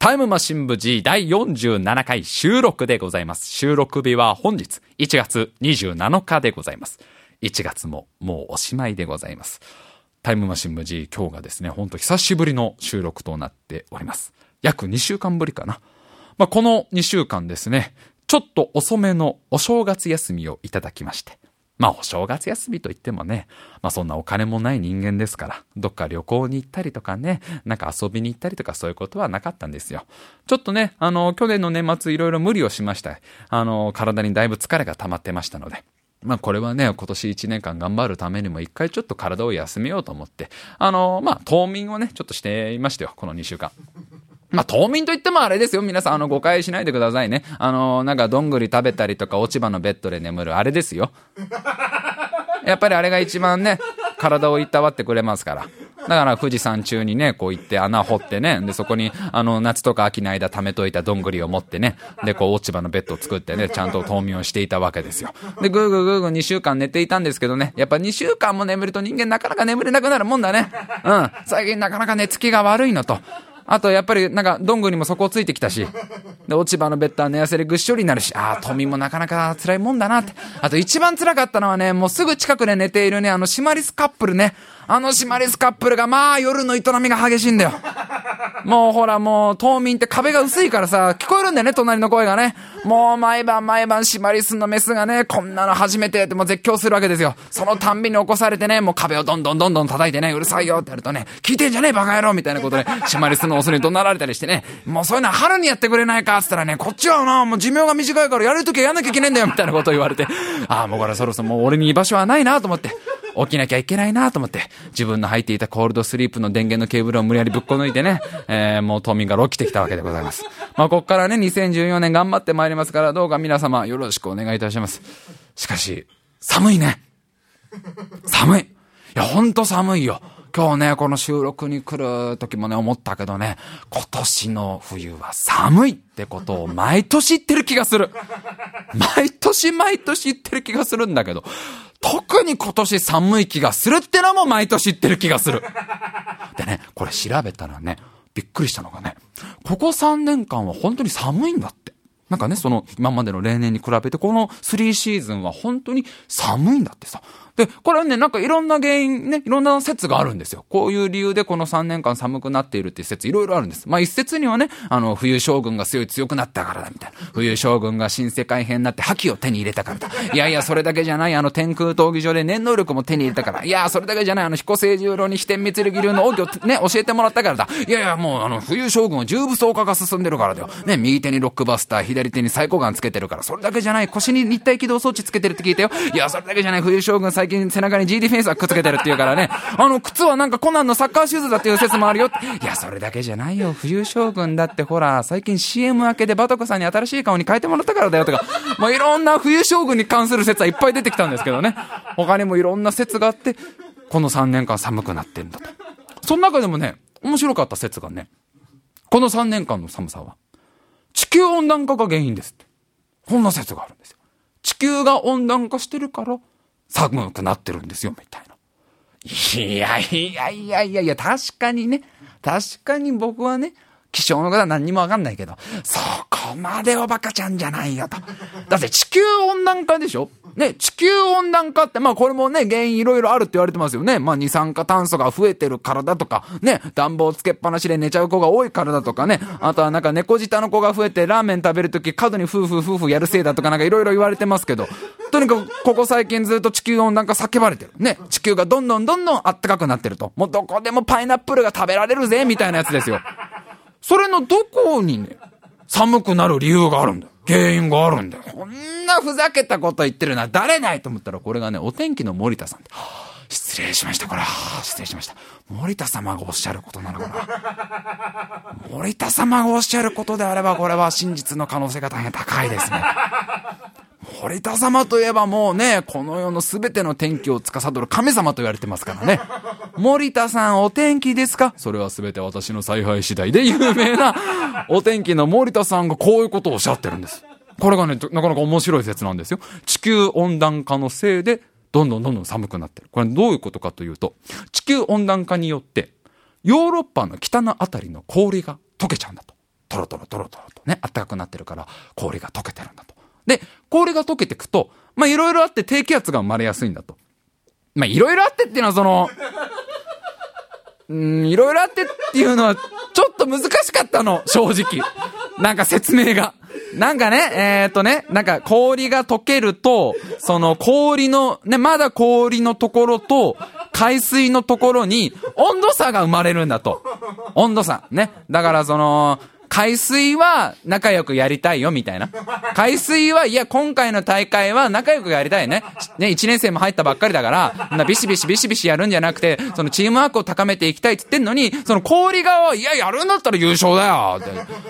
タイムマシン部 G 第47回収録でございます。収録日は本日1月27日でございます。1月ももうおしまいでございます。タイムマシン部 G 今日がですね、ほんと久しぶりの収録となっております。約2週間ぶりかな。この2週間ですね、ちょっと遅めのお正月休みをいただきまして。お正月休みといってもね、そんなお金もない人間ですから、どっか旅行に行ったりとかね、なんか遊びに行ったりとかそういうことはなかったんですよ。ちょっとね、去年の年末いろいろ無理をしました。体にだいぶ疲れが溜まってましたので。これはね、今年1年間頑張るためにも一回ちょっと体を休めようと思って、冬眠をね、ちょっとしていましたよ、この2週間。冬眠といってもあれですよ。皆さん、誤解しないでくださいね。なんか、どんぐり食べたりとか、落ち葉のベッドで眠る、あれですよ。やっぱりあれが一番ね、体をいたわってくれますから。だから、富士山中にね、こう行って穴掘ってね、で、そこに、夏とか秋の間貯めといたどんぐりを持ってね、で、こう、落ち葉のベッドを作ってね、ちゃんと冬眠をしていたわけですよ。で、ぐーぐーぐーぐー2週間寝ていたんですけどね、やっぱ2週間も眠ると人間なかなか眠れなくなるもんだね。最近なかなか寝つきが悪いのと、あとやっぱりなんかどんぐりも底をついてきたし、で落ち葉のベッドは寝汗でぐっしょりになるし、冬眠もなかなか辛いもんだなって。あと一番辛かったのはね、もうすぐ近くで寝ているね、シマリスカップルね、シマリスカップルが夜の営みが激しいんだよ。もうほら、もう冬眠って壁が薄いからさ、聞こえるんだよね、隣の声がね。もう毎晩シマリスのメスがね、こんなの初めてってもう絶叫するわけですよ。そのたんびに起こされてね、もう壁をどんどん叩いてね、うるさいよってやるとね、聞いてんじゃねえバカ野郎みたいなことで、シマリスのオスに怒鳴られたりしてね、もうそういうのは春にやってくれないかって言ったらね、こっちはな、もう寿命が短いからやるときはやんなきゃいけねえんだよみたいなことを言われて、もうこれそろそろもう俺に居場所はないなと思って、起きなきゃいけないなと思って、自分の入っていたコールドスリープの電源のケーブルを無理やりぶっこ抜いてね、もう冬眠から起きてきたわけでございます。ここからね、2014年頑張ってまいりますから、どうか皆様よろしくお願いいたします。しかし、寒いね。寒い。いや、ほんと寒いよ。今日ね、この収録に来る時もね、思ったけどね、今年の冬は寒いってことを毎年言ってる気がする。毎年言ってる気がするんだけど、特に今年寒い気がするってのも毎年言ってる気がする。でね、これ調べたらね、びっくりしたのがね、ここ3年間は本当に寒いんだって。なんかね、その今までの例年に比べてこの3シーズンは本当に寒いんだってさ。で、これはね、なんかいろんな原因ね、いろんな説があるんですよ。こういう理由でこの3年間寒くなっているっていう説いろいろあるんです。一説にはね、冬将軍が強くなったからだみたいな。冬将軍が新世界編になって覇気を手に入れたからだ。いやいや、それだけじゃない、天空闘技場で念能力も手に入れたから。いや、それだけじゃない、彦星十郎に飛天三剣流の奥義をね、教えてもらったからだ。いやいや、もう冬将軍は重武装化が進んでるからだよ。ね、右手にロックバスター、左手にサイコガンつけてるから。それだけじゃない、腰に立体起動装置つけてるって聞いたよ。いや、それだけじゃない、冬将軍最近背中に G ディフェンスはくっつけてるって言うからね。靴はなんかコナンのサッカーシューズだっていう説もあるよ。いや、それだけじゃないよ。冬将軍だってほら、最近 CM 明けでバトコさんに新しい顔に変えてもらったからだよとか。いろんな冬将軍に関する説はいっぱい出てきたんですけどね。他にもいろんな説があって、この3年間寒くなってんだと。その中でもね、面白かった説がね、この3年間の寒さは、地球温暖化が原因ですって。こんな説があるんですよ。地球が温暖化してるから、寒くなってるんですよ、みたいな。いや、確かに僕はね、気象のことは何にもわかんないけど、そこまではバカちゃんじゃないよと。だって地球温暖化でしょね、地球温暖化って、これもね、原因いろいろあるって言われてますよね。二酸化炭素が増えてるからだとか、ね、暖房つけっぱなしで寝ちゃう子が多いからだとかね、あとはなんか猫舌の子が増えてラーメン食べるとき角に夫婦やるせいだとかなんかいろいろ言われてますけど、とにかくここ最近ずっと地球温暖化叫ばれてる。ね、地球がどんどん暖かくなってると。もうどこでもパイナップルが食べられるぜ、みたいなやつですよ。それのどこにね、寒くなる理由があるんだよ。原因があるんだよ。こんなふざけたこと言ってるのは誰ないと思ったら、これがね、お天気の森田さん。失礼しました、これ。失礼しました。森田様がおっしゃることなのかな。森田様がおっしゃることであれば、これは真実の可能性が大変高いですね。森田様といえばもうね、この世のすべての天気を司る神様と言われてますからね。森田さんお天気ですか？それはすべて私の采配次第で有名なお天気の森田さんがこういうことをおっしゃってるんです。これがね、なかなか面白い説なんですよ。地球温暖化のせいでどんどん寒くなってる。これどういうことかというと、地球温暖化によってヨーロッパの北のあたりの氷が溶けちゃうんだと。 トロトロトロトロとね、暖かくなってるから氷が溶けてるんだと。で、氷が溶けてくと、まあいろいろあって低気圧が生まれやすいんだと。まあいろいろあってっていうのはその、いろいろあってっていうのはちょっと難しかったの、正直。なんか説明が。なんかね、なんか氷が溶けると、その氷の、ね、まだ氷のところと、海水のところに温度差が生まれるんだと。温度差。ね。だからその、海水は仲良くやりたいよみたいな。海水は、いや、今回の大会は仲良くやりたいね。ね、1年生も入ったばっかりだから、ビシビシビシビシやるんじゃなくて、そのチームワークを高めていきたいって言ってんのに、その氷側、いや、やるんだったら優勝だよって。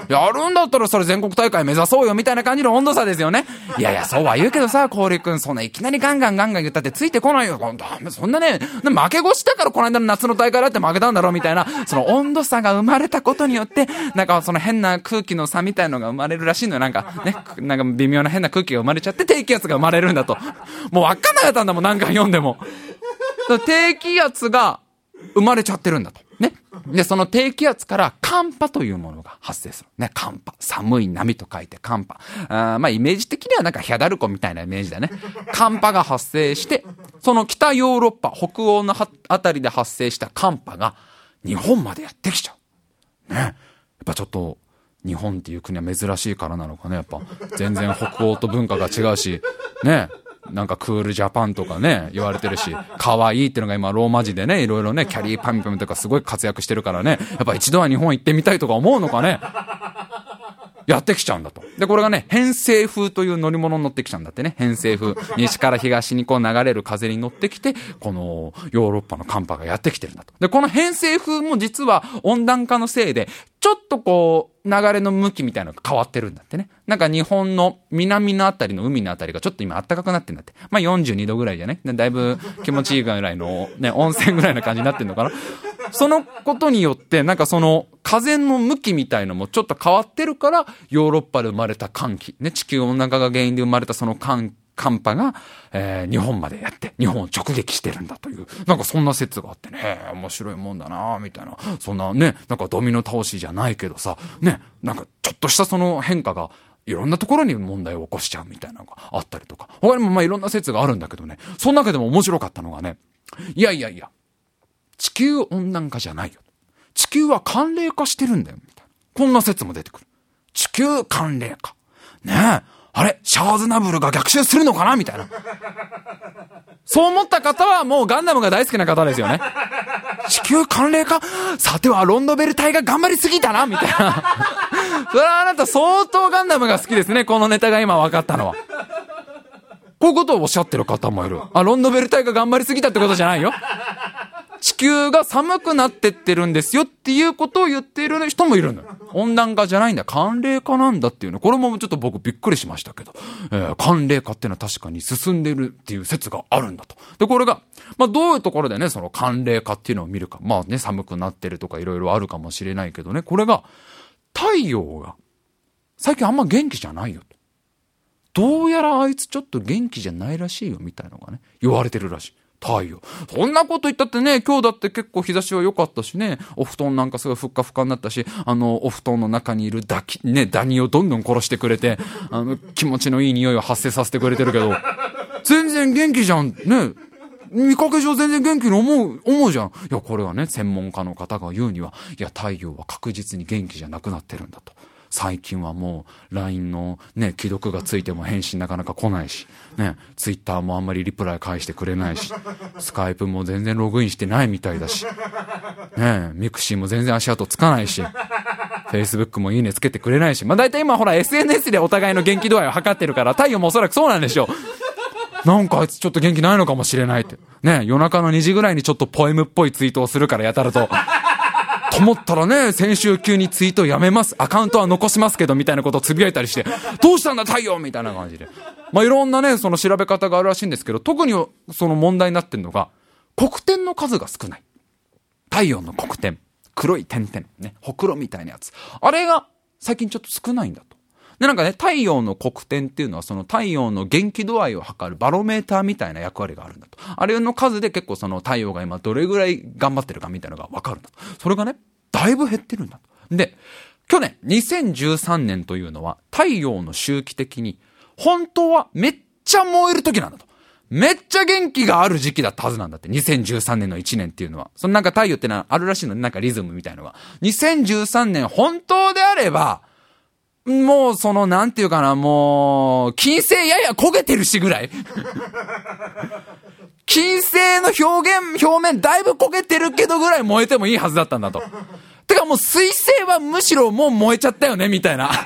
やるんだったらそれ全国大会目指そうよみたいな感じの温度差ですよね。いやいや、そうは言うけどさ、氷くん、そんないきなりガンガン言ったってついてこないよ。そんなね、負け越したからこの間の夏の大会だって負けたんだろうみたいな、その温度差が生まれたことによって、なんかその変な空気の差みたいのが生まれるらしいのよ。なんかね、なんか微妙な変な空気が生まれちゃって低気圧が生まれるんだと。もう分かんなかったんだもん、何回読んでも。低気圧が生まれちゃってるんだと。ね。で、その低気圧から寒波というものが発生する。ね、寒波。寒い波と書いて寒波。まあイメージ的にはなんかヒャダルコみたいなイメージだね。寒波が発生して、その北ヨーロッパ、北欧のあたりで発生した寒波が日本までやってきちゃう。ね。やっぱちょっと、日本っていう国は珍しいからなのかね。やっぱ全然北欧と文化が違うし、ね。なんかクールジャパンとかね、言われてるし、可愛いっていうのが今ローマ字でね、いろいろね、キャリーパミュパミュとかすごい活躍してるからね、やっぱ一度は日本行ってみたいとか思うのかね。やってきちゃうんだと。で、これがね、偏西風という乗り物に乗ってきちゃうんだってね。偏西風。西から東にこう流れる風に乗ってきて、このヨーロッパの寒波がやってきてるんだと。で、この偏西風も実は温暖化のせいで、ちょっとこう、流れの向きみたいなのが変わってるんだってね。なんか日本の南のあたりの海のあたりがちょっと今暖かくなってんだって。まあ42度ぐらいじゃね。だいぶ気持ちいいぐらいのね、温泉ぐらいな感じになってんのかな。そのことによって、なんかその風の向きみたいのもちょっと変わってるから、ヨーロッパで生まれた寒気、ね、地球温暖化が原因で生まれたその寒波が、日本までやって、日本を直撃してるんだという、なんかそんな説があってね、面白いもんだなみたいな、そんなね、なんかドミノ倒しじゃないけどさ、ね、なんかちょっとしたその変化が、いろんなところに問題を起こしちゃうみたいなのがあったりとか、他にもまあいろんな説があるんだけどね、その中でも面白かったのがね、いや、地球温暖化じゃないよ。地球は寒冷化してるんだよ、みたいな。こんな説も出てくる。地球寒冷化。ねえ。あれシャアズナブルが逆襲するのかなみたいな。そう思った方はもうガンダムが大好きな方ですよね。地球寒冷化さてはロンドベル隊が頑張りすぎたなみたいな。それはあなた相当ガンダムが好きですね。このネタが今分かったのは。こういうことをおっしゃってる方もいる。ロンドベル隊が頑張りすぎたってことじゃないよ。地球が寒くなってってるんですよっていうことを言っている人もいるのよ。温暖化じゃないんだ。寒冷化なんだっていうの。これもちょっと僕びっくりしましたけど。寒冷化っていうのは確かに進んでるっていう説があるんだと。で、これが、まあどういうところでね、その寒冷化っていうのを見るか。まあね、寒くなってるとかいろいろあるかもしれないけどね。これが、太陽が、最近あんま元気じゃないよと。どうやらあいつちょっと元気じゃないらしいよみたいなのがね、言われてるらしい。太陽。そんなこと言ったってね、今日だって結構日差しは良かったしね、お布団なんかすごいふっかふかになったし、お布団の中にいるダニをどんどん殺してくれて、気持ちのいい匂いを発生させてくれてるけど、全然元気じゃん。ね。見かけ上全然元気に思うじゃん。いや、これはね、専門家の方が言うには、いや、太陽は確実に元気じゃなくなってるんだと。最近はもう LINE のね、既読がついても返信なかなか来ないし、ね、Twitter もあんまりリプライ返してくれないし、スカイプも全然ログインしてないみたいだし、ね、ミクシーも全然足跡つかないし、Facebook もいいねつけてくれないし、まあ大体今ほら SNS でお互いの元気度合いを測ってるから、太陽もおそらくそうなんでしょう。なんかあいつちょっと元気ないのかもしれないって。ね、夜中の2時ぐらいにちょっとポエムっぽいツイートをするからやたらと。と思ったらね、先週急にツイートやめます。アカウントは残しますけど、みたいなことをつぶやいたりして、どうしたんだ太陽みたいな感じで。まあ、いろんなね、その調べ方があるらしいんですけど、特にその問題になってるのが、黒点の数が少ない。太陽の黒点。黒い点々。ね、ほくろみたいなやつ。あれが最近ちょっと少ないんだと。で、なんかね、太陽の黒点っていうのはその太陽の元気度合いを測るバロメーターみたいな役割があるんだと。あれの数で結構その太陽が今どれぐらい頑張ってるかみたいなのがわかるんだと。それがね、だいぶ減ってるんだと。で、 去年、2013年というのは、太陽の周期的に、本当はめっちゃ燃える時なんだと。めっちゃ元気がある時期だったはずなんだって。2013年の1年っていうのは。そのなんか太陽ってのはあるらしいのね。なんかリズムみたいのが。2013年本当であれば、もうそのなんていうかな、もう、金星やや焦げてるしぐらい。金星の表面だいぶ焦げてるけどぐらい燃えてもいいはずだったんだと。てかもう水星はむしろもう燃えちゃったよねみたいな。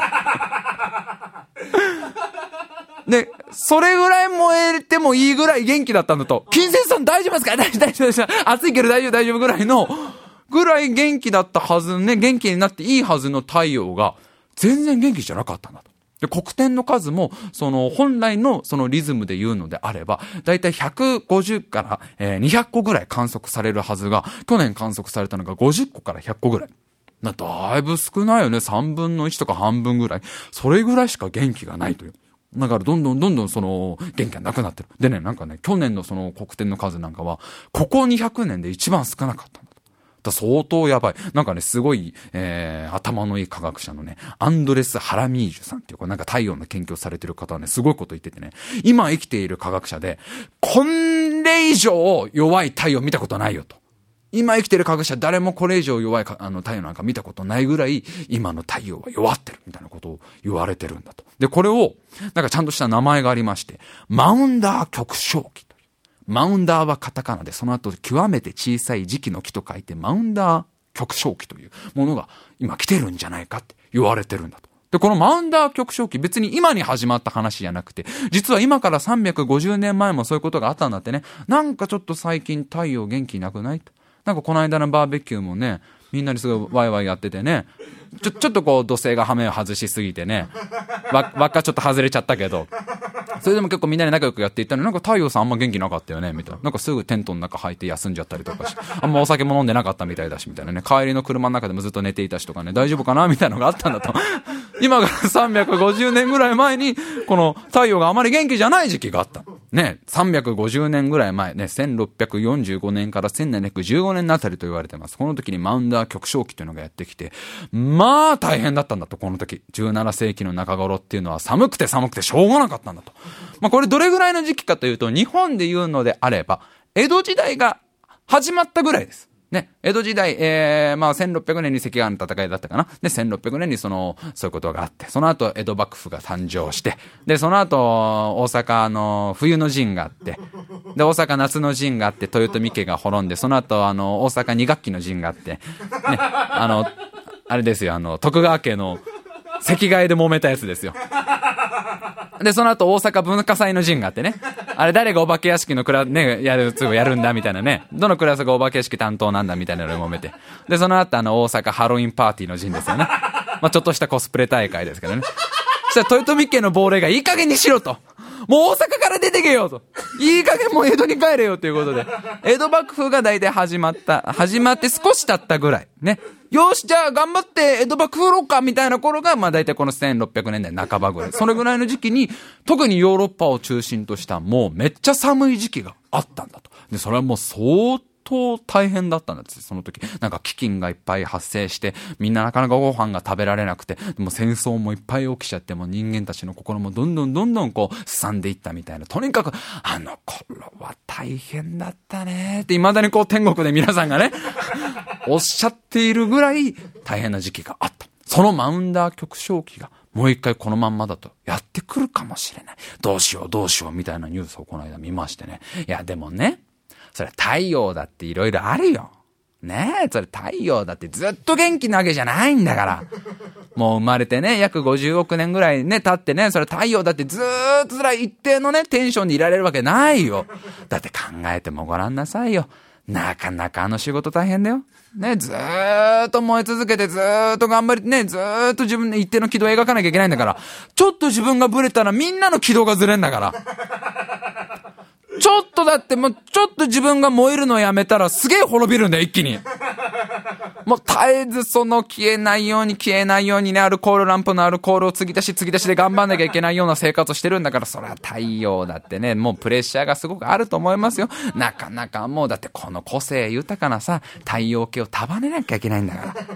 で、それぐらい燃えてもいいぐらい元気だったんだと。金星さん大丈夫ですか？大丈夫。暑いけど大丈夫ぐらい元気だったはずね、元気になっていいはずの太陽が全然元気じゃなかったんだと。で、黒点の数も、その本来のそのリズムで言うのであれば、だいたい150から、200個ぐらい観測されるはずが、去年観測されたのが50個から100個ぐらい。だいぶ少ないよね。3分の1とか半分ぐらい。それぐらいしか元気がないという。だからどんどんその元気がなくなってる。でね、なんかね、去年のその黒点の数なんかは、ここ200年で一番少なかったんだ。だ相当やばい。なんかね、すごい、頭のいい科学者のね、アンドレス・ハラミージュさんっていう、なんか太陽の研究をされてる方はね、すごいこと言っててね、今生きている科学者で、これ以上弱い太陽見たことないよと。今生きてる科学者誰もこれ以上弱い太陽なんか見たことないぐらい、今の太陽は弱ってるみたいなことを言われてるんだと。で、これを、なんかちゃんとした名前がありまして、マウンダー極小期。マウンダーはカタカナで、その後極めて小さい時期の木と書いて、マウンダー極小期というものが今来てるんじゃないかって言われてるんだと。で、このマウンダー極小期、別に今に始まった話じゃなくて、実は今から350年前もそういうことがあったんだってね。なんかちょっと最近太陽元気なくないと。なんかこの間のバーベキューもね、みんなにすごいワイワイやっててね、ちょっとこう土星が羽目を外しすぎてね、輪っかちょっと外れちゃったけど、それでも結構みんなで仲良くやっていったのに、なんか太陽さんあんま元気なかったよねみたいな。なんかすぐテントの中入って休んじゃったりとかして、あんまお酒も飲んでなかったみたいだしみたいなね。帰りの車の中でもずっと寝ていたしとかね、大丈夫かなみたいなのがあったんだと。今から350年ぐらい前に、この太陽があまり元気じゃない時期があった。ね、350年ぐらい前ね、1645年から1715年のあたりと言われてます。この時にマウンダー極小期というのがやってきて、まあ大変だったんだと、この時。17世紀の中頃っていうのは寒くてしょうがなかったんだと。まあこれどれぐらいの時期かというと、日本で言うのであれば、江戸時代が始まったぐらいです。ね、江戸時代、まあ、1600年に関ヶ原の戦いだったかな。で、1600年にそういうことがあって、その後、江戸幕府が誕生して、で、その後、大阪の冬の陣があって、で、大阪夏の陣があって、豊臣家が滅んで、その後、大阪2学期の陣があって、ね、あれですよ、徳川家の席替えで揉めたやつですよ。で、その後大阪文化祭の陣があってね。あれ誰がお化け屋敷のね、やるんだみたいなね。どのクラスがお化け屋敷担当なんだみたいなので揉めて。で、その後大阪ハロウィンパーティーの陣ですよね。まあちょっとしたコスプレ大会ですけどね。そしたら豊臣家の亡霊がいい加減にしろと。もう大阪から出てけよと。いい加減もう江戸に帰れよということで。江戸幕府が大体始まって少し経ったぐらい。ね。よし、じゃあ頑張って江戸幕府売ろうかみたいな頃が、まあ大体この1600年代半ばぐらい。それぐらいの時期に、特にヨーロッパを中心としたもうめっちゃ寒い時期があったんだと。で、それはもう相当大変だったんだって、その時。なんか飢饉がいっぱい発生して、みんななかなかご飯が食べられなくて、でも戦争もいっぱい起きちゃって、もう人間たちの心もどんどんこう、すさんでいったみたいな。とにかく、あの頃は大変だったねって、未だにこう天国で皆さんがね、おっしゃっているぐらい大変な時期があった。そのマウンダー極小期がもう一回このまんまだとやってくるかもしれない。どうしようみたいなニュースをこの間見ましてね。いやでもね、それ太陽だっていろいろあるよ。ねえ、それ太陽だってずっと元気なわけじゃないんだから。もう生まれてね、約50億年ぐらいね、経ってね、それ太陽だってずーっとそれ一定のね、テンションにいられるわけないよ。だって考えてもごらんなさいよ。なかなか仕事大変だよ。ね、ずーっと燃え続けて、ずーっと頑張り、ね、ずーっと自分で一定の軌道を描かなきゃいけないんだから、ちょっと自分がブレたらみんなの軌道がずれんだから。ちょっとだってもう、ちょっと自分が燃えるのをやめたらすげえ滅びるんだよ、一気に。もう絶えずその消えないようにね、アルコールランプのアルコールを継ぎ出しで頑張んなきゃいけないような生活をしてるんだから、それは太陽だってね、もうプレッシャーがすごくあると思いますよ。なかなかもうだってこの個性豊かなさ、太陽系を束ねなきゃいけないんだから。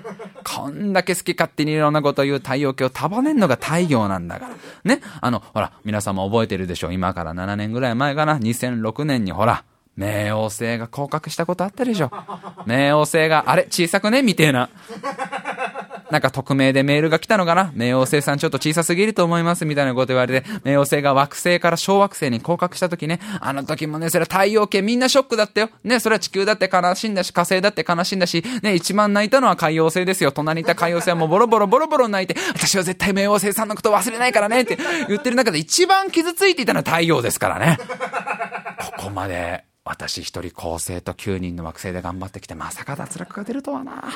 こんだけ好き勝手にいろんなことを言う太陽系を束ねんのが太陽なんだから。ね。ほら、皆さんも覚えてるでしょ。今から7年ぐらい前かな。2006年にほら、冥王星が降格したことあったでしょ。冥王星が、あれ小さくねみてえな。なんか匿名でメールが来たのかな。冥王星さんちょっと小さすぎると思いますみたいなこと言われて、冥王星が惑星から小惑星に降格した時ね、あの時もね、それは太陽系みんなショックだったよ。ね、それは地球だって悲しんだし、火星だって悲しんだし、ね、一番泣いたのは海王星ですよ。隣にいた海王星はもうボロボロ泣いて、私は絶対冥王星さんのこと忘れないからねって言ってる中で一番傷ついていたのは太陽ですからね。ここまで私一人恒星と9人の惑星で頑張ってきて、まさか脱落が出るとはな。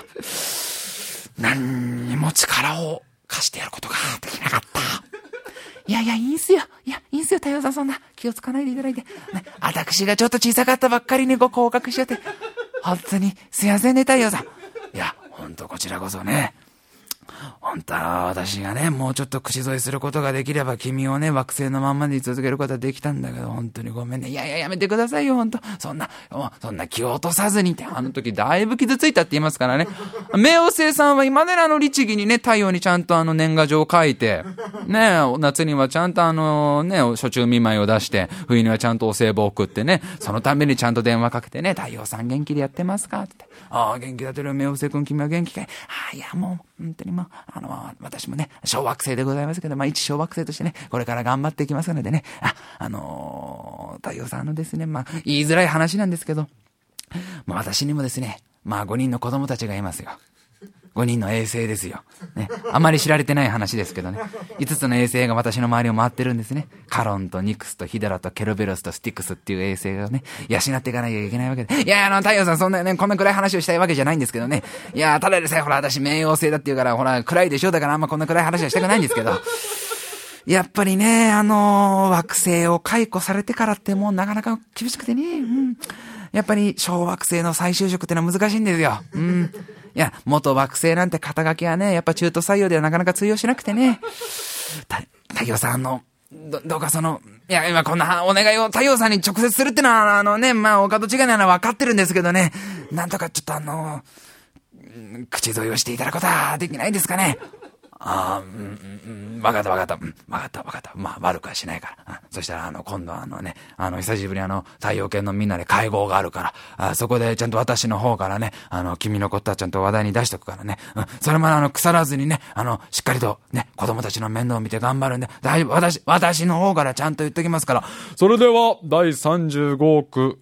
何にも力を貸してやることができなかった。いや、いいんすよ。太陽さん、そんな気をつかないでいただいて。ね、私がちょっと小さかったばっかりにご降格しちゃって。本当にすいませんね、太陽さん。いや、本当こちらこそね。本当は私がね、もうちょっと口添えすることができれば君をね、惑星のまんまで続けることはできたんだけど、本当にごめんね。いや、やめてくださいよ、本当。そんな気を落とさずにって、あの時だいぶ傷ついたって言いますからね。冥王星さんは今まで律儀にね、太陽にちゃんと年賀状を書いて、ね、夏にはちゃんと暑中見舞いを出して、冬にはちゃんとお歳暮を送ってね、そのためにちゃんと電話かけてね、太陽さん元気でやってますかって。ああ、元気だってるよ、冥王星君、君は元気かい。いや、もう、本当にもう、私もね、小惑星でございますけど、一小惑星としてね、これから頑張っていきますのでね、太陽さんですね、言いづらい話なんですけど、私にもですね、5人の子供たちがいますよ。5人の衛星ですよ。ね。あまり知られてない話ですけどね。5つの衛星が私の周りを回ってるんですね。カロンとニクスとヒドラとケルベロスとスティクスっていう衛星がね、養っていかなきゃいけないわけで。いや、太陽さんそんなね、こんな暗い話をしたいわけじゃないんですけどね。いや、ただでさえほら、私冥王星だって言うから、ほら、暗いでしょだからあんまこんな暗い話はしたくないんですけど。やっぱりね、惑星を解雇されてからってもうなかなか厳しくてね。やっぱり小惑星の再就職ってのは難しいんですよ。いや、元惑星なんて肩書きはね、やっぱ中途採用ではなかなか通用しなくてね。太陽さんどうかいや、今こんなお願いを太陽さんに直接するってのは、お門違いなのは分かってるんですけどね。なんとかちょっと口添えをしていただくことはできないですかね。わかった。悪くはしないから。そしたら、今度久しぶりに太陽系のみんなで会合があるから、そこでちゃんと私の方からね、君のことはちゃんと話題に出しとくからね。それまで腐らずにね、しっかりとね、子供たちの面倒を見て頑張るんで、大丈夫、私の方からちゃんと言っときますから。それでは、第35億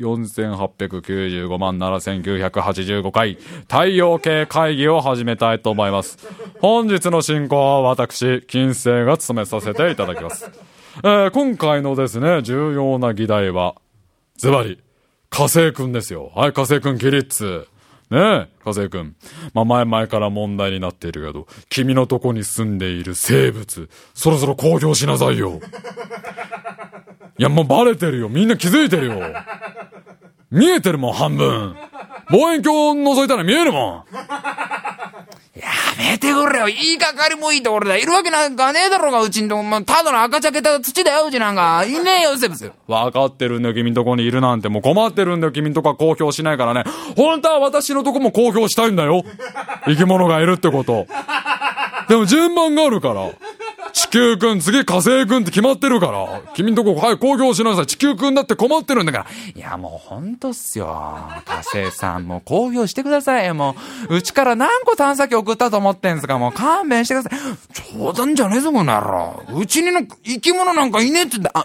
4895万7985回、太陽系会議を始めたいと思います。本日の進行は私、金星が務めさせていただきます。今回のですね、重要な議題は、ズバリ、火星くんですよ。はい、火星くん起立。ねえ、火星くん。前々から問題になっているけど、君のとこに住んでいる生物、そろそろ公表しなさいよ。いや、もうバレてるよ。みんな気づいてるよ。見えてるもん、半分。望遠鏡覗いたら見えるもん。やめてくれよ。言いがかりもいいところだ。いるわけなんかねえだろうが、うちんとこ。ただの赤茶けた土だよ、うちなんか。いねえよ、生物。わかってるんだよ、君んとこにいるなんて。もう困ってるんだよ、君んとこは公表しないからね。本当は私のとこも公表したいんだよ。生き物がいるってこと。でも順番があるから。地球くん、次火星くんって決まってるから。君んとこ、はい、公表しなさい。地球くんだって困ってるんだから。いや、もうほんとっすよ。火星さん、もう公表してくださいよ。もう、うちから何個探査機送ったと思ってんすか。もう勘弁してください。冗談じゃねえぞ、この野郎。うちにの生き物なんかいねえってんだ。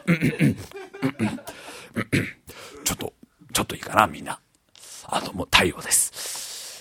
ちょっといいかな、みんな。もう太陽です。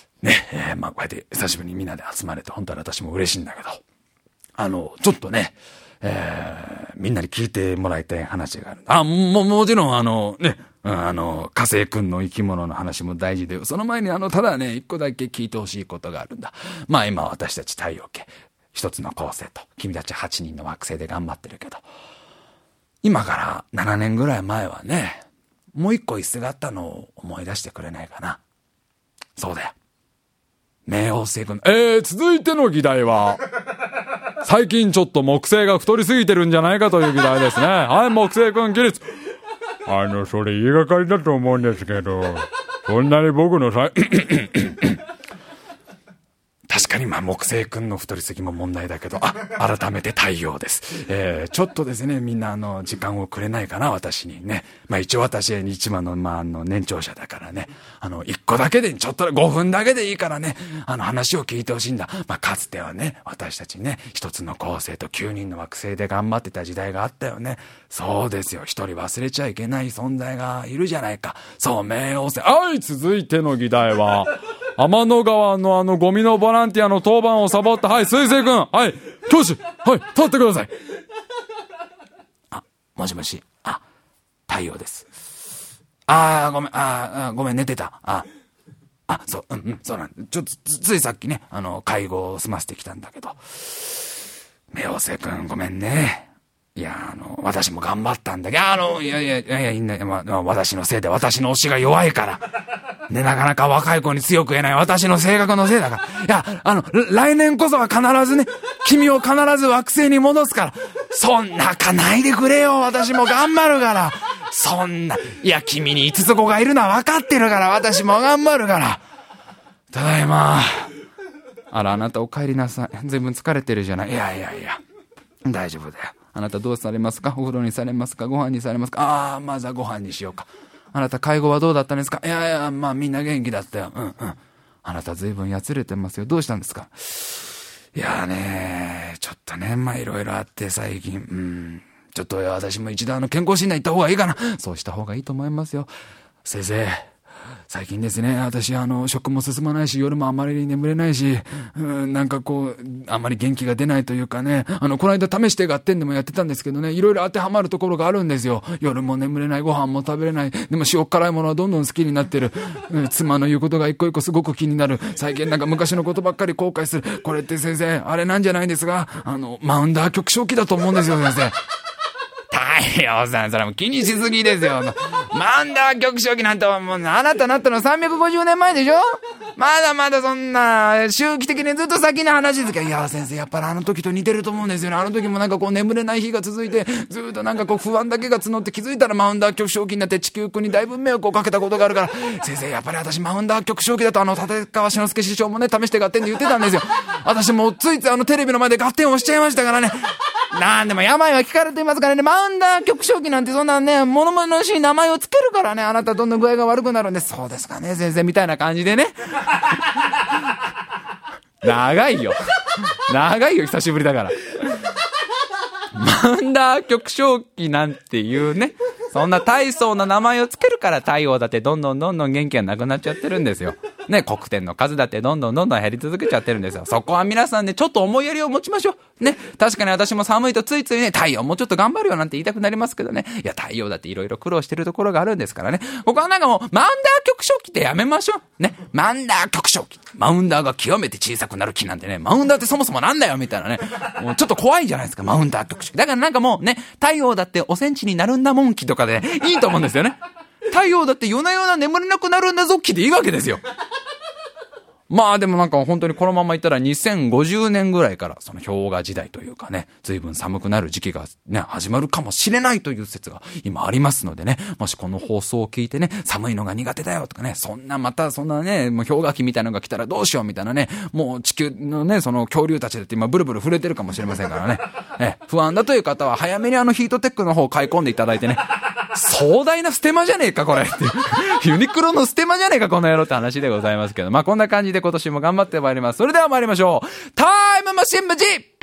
ね、こうやって久しぶりにみんなで集まれて、本当は私も嬉しいんだけど。ちょっとね、みんなに聞いてもらいたい話がある。もちろん火星くんの生き物の話も大事で、その前にただね、一個だけ聞いてほしいことがあるんだ。今私たち太陽系、一つの恒星と、君たち8人の惑星で頑張ってるけど、今から7年ぐらい前はね、もう一個椅子があったのを思い出してくれないかな。そうだよ。冥王星くん。続いての議題は、最近ちょっと木星が太りすぎてるんじゃないかという議題ですね。はい、木星くん起立。それ言いがかりだと思うんですけど、そんなに僕の確かに木星くんの太りすぎも問題だけど、改めて太陽です。ちょっとですね、みんな時間をくれないかな、私にね。一応私は一番の、年長者だからね。1個だけで、ちょっと5分だけでいいからね、話を聞いてほしいんだ。かつてはね、私たちね、一つの恒星と9人の惑星で頑張ってた時代があったよね。そうですよ。一人忘れちゃいけない存在がいるじゃないか。そう、冥王星。はい、続いての議題は、天の川のゴミのボランティアの当番をサボった、はい、水星くん。はい、教師。はい、立ってください。もしもし。太陽です。ごめん、寝てた。そうなんだ。ちょっと、ついさっきね、会合を済ませてきたんだけど。冥王星くん、ごめんね。いや、私も頑張ったんだけど、いや、いいんだよ。私のせいで、私の推しが弱いから。ね、なかなか若い子に強く言えない私の性格のせいだから。いや、来年こそは必ずね、君を必ず惑星に戻すから。そんなかないでくれよ。私も頑張るから。そんな、いや、君に5つ子がいるのは分かってるから、私も頑張るから。ただいま。あなたお帰りなさい。随分疲れてるじゃない。いや。大丈夫だよ。あなたどうされますか？お風呂にされますか？ご飯にされますか？まずはご飯にしようか。あなた介護はどうだったんですか？いや、みんな元気だったよ。あなた随分やつれてますよ。どうしたんですか？いやね、ちょっとね、いろいろあって最近、ちょっと私も一度健康診断行った方がいいかな。そうした方がいいと思いますよ。先生。最近ですね、私食も進まないし、夜もあまり眠れないし、なんかあまり元気が出ないというかね、この間試して合点でもやってたんですけどね、いろいろ当てはまるところがあるんですよ。夜も眠れない、ご飯も食べれない、でも塩辛いものはどんどん好きになってる。妻の言うことが一個一個すごく気になる。最近なんか昔のことばっかり後悔する。これって先生、あれなんじゃないですか？マウンダー極小期だと思うんですよ、先生。太陽さん、それも気にしすぎですよ。マウンダー極小期なんてもう、あなたなったの350年前でしょ？まだまだそんな、周期的にずっと先の話ですけど、いや先生、やっぱりあの時と似てると思うんですよね。あの時もなんか眠れない日が続いて、ずっとなんか不安だけが募って気づいたらマウンダー極小期になって地球君に大分迷惑をかけたことがあるから、先生、やっぱり私マウンダー極小期だと立川志の輔師匠もね、試して合点で言ってたんですよ。私もついついテレビの前で合点をしちゃいましたからね。なんでも病は聞かれていますからね、マウンダー極小期なんてそんなね、物々しい名前をつけるからね、あなたどんどん具合が悪くなるんです。そうですかね、先生、みたいな感じでね。長いよ、久しぶりだから。マウンダー極小期なんていうね、そんな大層な名前をつけるから太陽だってどんどん元気がなくなっちゃってるんですよ。ね、黒点の数だってどんどん減り続けちゃってるんですよ。そこは皆さんね、ちょっと思いやりを持ちましょう。ね、確かに私も寒いとついついね、太陽もうちょっと頑張るよなんて言いたくなりますけどね。いや、太陽だっていろいろ苦労してるところがあるんですからね。ここはなんかもう、マウンダー極小期ってやめましょう。ね、マウンダー極小期。マウンダーが極めて小さくなる期なんてね、マウンダーってそもそもなんだよみたいなね。もうちょっと怖いじゃないですか、マウンダー極小期。だからなんかもうね、太陽だっておセンチになるんだもん期とかで、いいと思うんですよね。太陽だって夜な夜な眠れなくなるんだぞ期でいいわけですよ。まあでもなんか本当にこのままいったら2050年ぐらいからその氷河時代というかね、随分寒くなる時期がね、始まるかもしれないという説が今ありますのでね、もしこの放送を聞いてね、寒いのが苦手だよとかね、そんなね、もう氷河期みたいなのが来たらどうしようみたいなね、もう地球のね、その恐竜たちだって今ブルブル震えてるかもしれませんからね。不安だという方は早めにヒートテックの方を買い込んでいただいてね、壮大なステマじゃねえかこれってユニクロのステマじゃねえかこの野郎って話でございますけど、まあこんな感じで今年も頑張ってまいります。それでは参りましょう。タイムマシン部 G。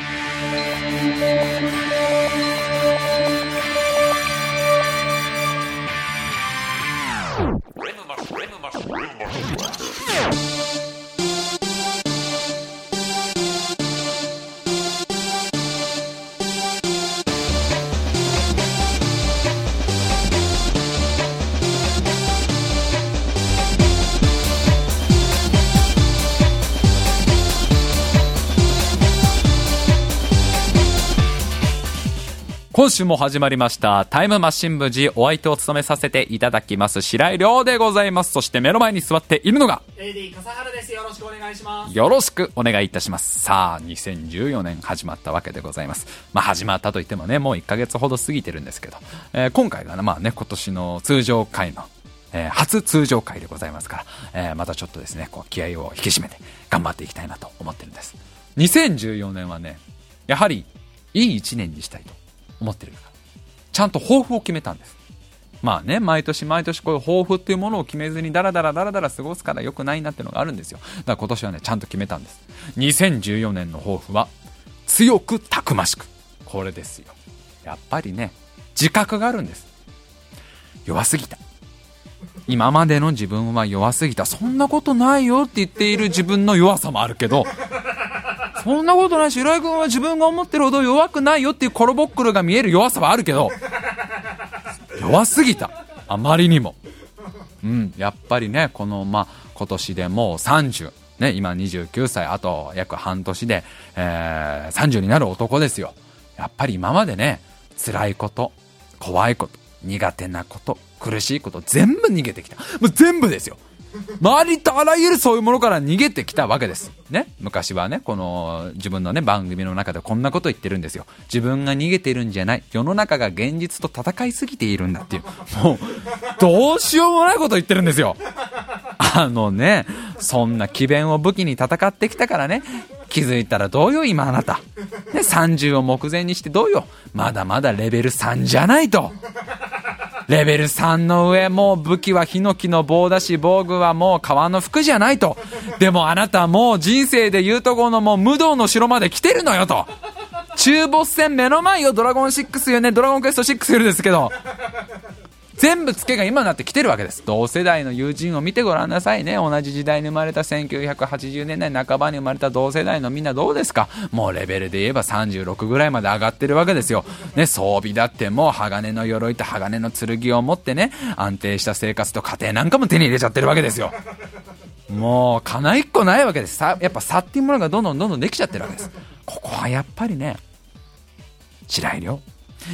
今週も始まりましたタイムマシン部 G、 お相手を務めさせていただきます白井亮でございます。そして目の前に座っているのが AD 笠原です。よろしくお願いします。 よろしくお願いいたします。さあ2014年始まったわけでございます。まあ始まったといってもね、もう1ヶ月ほど過ぎてるんですけど、今回がね、まあね、今年の通常回の初通常回でございますから、またちょっとですね、こう気合を引き締めて頑張っていきたいなと思ってるんです。2014年はね、やはりいい1年にしたいと思ってるから、ちゃんと抱負を決めたんです。まあね、毎年毎年こういう抱負っていうものを決めずにダラダラ過ごすから良くないなっていうのがあるんですよ。だから今年はね、ちゃんと決めたんです。2014年の抱負は強くたくましく。これですよ。やっぱりね、自覚があるんです。弱すぎた。今までの自分は弱すぎた。そんなことないよって言っている自分の弱さもあるけど、そんなことないし、浦井君は自分が思ってるほど弱くないよっていうコロボックルが見える弱さはあるけど、弱すぎた。あまりにも。やっぱりね、この今年でもう30、ね、今29歳、あと約半年で、30になる男ですよ。やっぱり今までね、辛いこと、怖いこと、苦手なこと、苦しいこと全部逃げてきた。もう全部ですよ。周りとあらゆるそういうものから逃げてきたわけですね。昔はね、この自分のね番組の中でこんなこと言ってるんですよ。自分が逃げてるんじゃない、世の中が現実と戦いすぎているんだっていう、もうどうしようもないこと言ってるんですよ。そんな詭弁を武器に戦ってきたからね、気づいたらどうよ今あなた、ね、30を目前にしてどうよ、まだまだレベル3じゃないと。レベル3の上、もう武器はヒノキの棒だし、防具はもう革の服じゃないと。でもあなたもう人生で言うとこのもう無道の城まで来てるのよと。中ボス戦目の前よ、ドラゴン6よね、ドラゴンクエスト6よりですけど、全部ツケが今になってきてるわけです。同世代の友人を見てごらんなさいね。同じ時代に生まれた1980年代半ばに生まれた同世代のみんなどうですか。もうレベルで言えば36ぐらいまで上がってるわけですよ、ね、装備だってもう鋼の鎧と鋼の剣を持ってね、安定した生活と家庭なんかも手に入れちゃってるわけですよ。もうかな一個ないわけです。やっぱ差っていうものがどんどんできちゃってるわけです。ここはやっぱりね、白井亮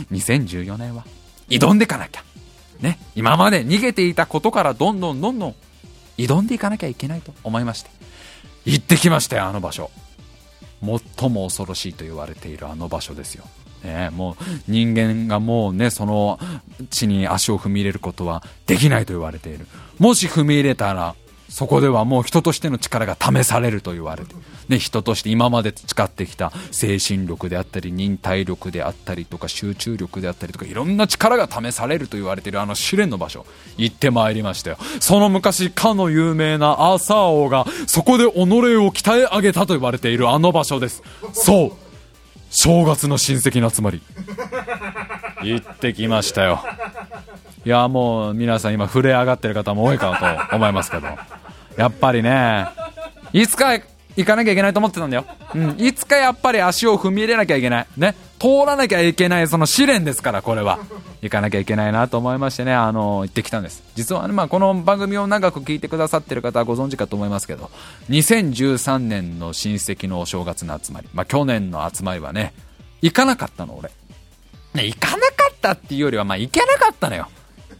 2014年は挑んでいかなきゃね、今まで逃げていたことからどんどん挑んでいかなきゃいけないと思いまして行ってきましたよ。あの場所、最も恐ろしいと言われているあの場所ですよ、ね、もう人間がもうね、その地に足を踏み入れることはできないと言われている。もし踏み入れたらそこではもう人としての力が試されると言われて、ね、人として今まで培ってきた精神力であったり忍耐力であったりとか集中力であったりとかいろんな力が試されると言われているあの試練の場所行ってまいりましたよ。その昔かの有名なアーサー王がそこで己を鍛え上げたと言われているあの場所です。そう、正月の親戚の集まり行ってきましたよ。いやもう皆さん今震え上がってる方も多いかと思いますけど、やっぱりね、いつか行かなきゃいけないと思ってたんだよ、いつかやっぱり足を踏み入れなきゃいけないね、通らなきゃいけないその試練ですから、これは行かなきゃいけないなと思いましてね、行ってきたんです。実は、この番組を長く聞いてくださってる方はご存知かと思いますけど、2013年の親戚のお正月の集まり、去年の集まりはね行かなかったの俺、ね、行かなかったっていうよりは行けなかったのよ。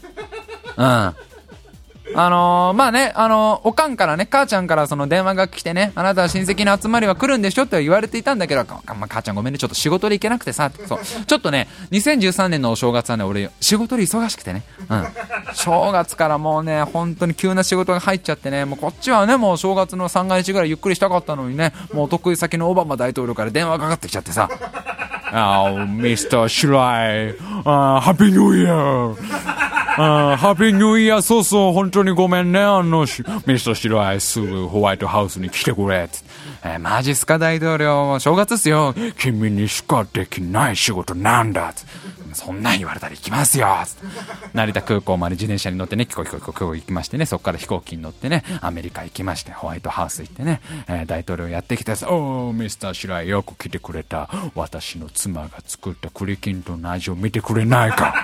おかんからね、母ちゃんからその電話が来てね、あなたは親戚の集まりは来るんでしょって言われていたんだけど、母ちゃんごめんね、ちょっと仕事で行けなくてさ、そうちょっとね、2013年のお正月はね、俺仕事で忙しくてね、正月からもうね、本当に急な仕事が入っちゃってね、もうこっちはね、もう正月の三が日ぐらいゆっくりしたかったのにね、もうお得意先のオバマ大統領から電話かかってきちゃってさ、ミスターシライ、ハッピーニューイヤーハッピーニューイヤー、そうそう、本当にごめんね、ミスターシライ、すぐホワイトハウスに来てくれって、マジっすか大統領、正月っすよ、君にしかできない仕事なんだって、そんなん言われたら行きますよって、成田空港まで自転車に乗ってね、飛行行きましてね、そこから飛行機に乗ってね、アメリカ行きまして、ホワイトハウス行ってね、大統領やってきてさ、ミスターシライよく来てくれた、私の妻が作った栗きんとんの味を見てくれないか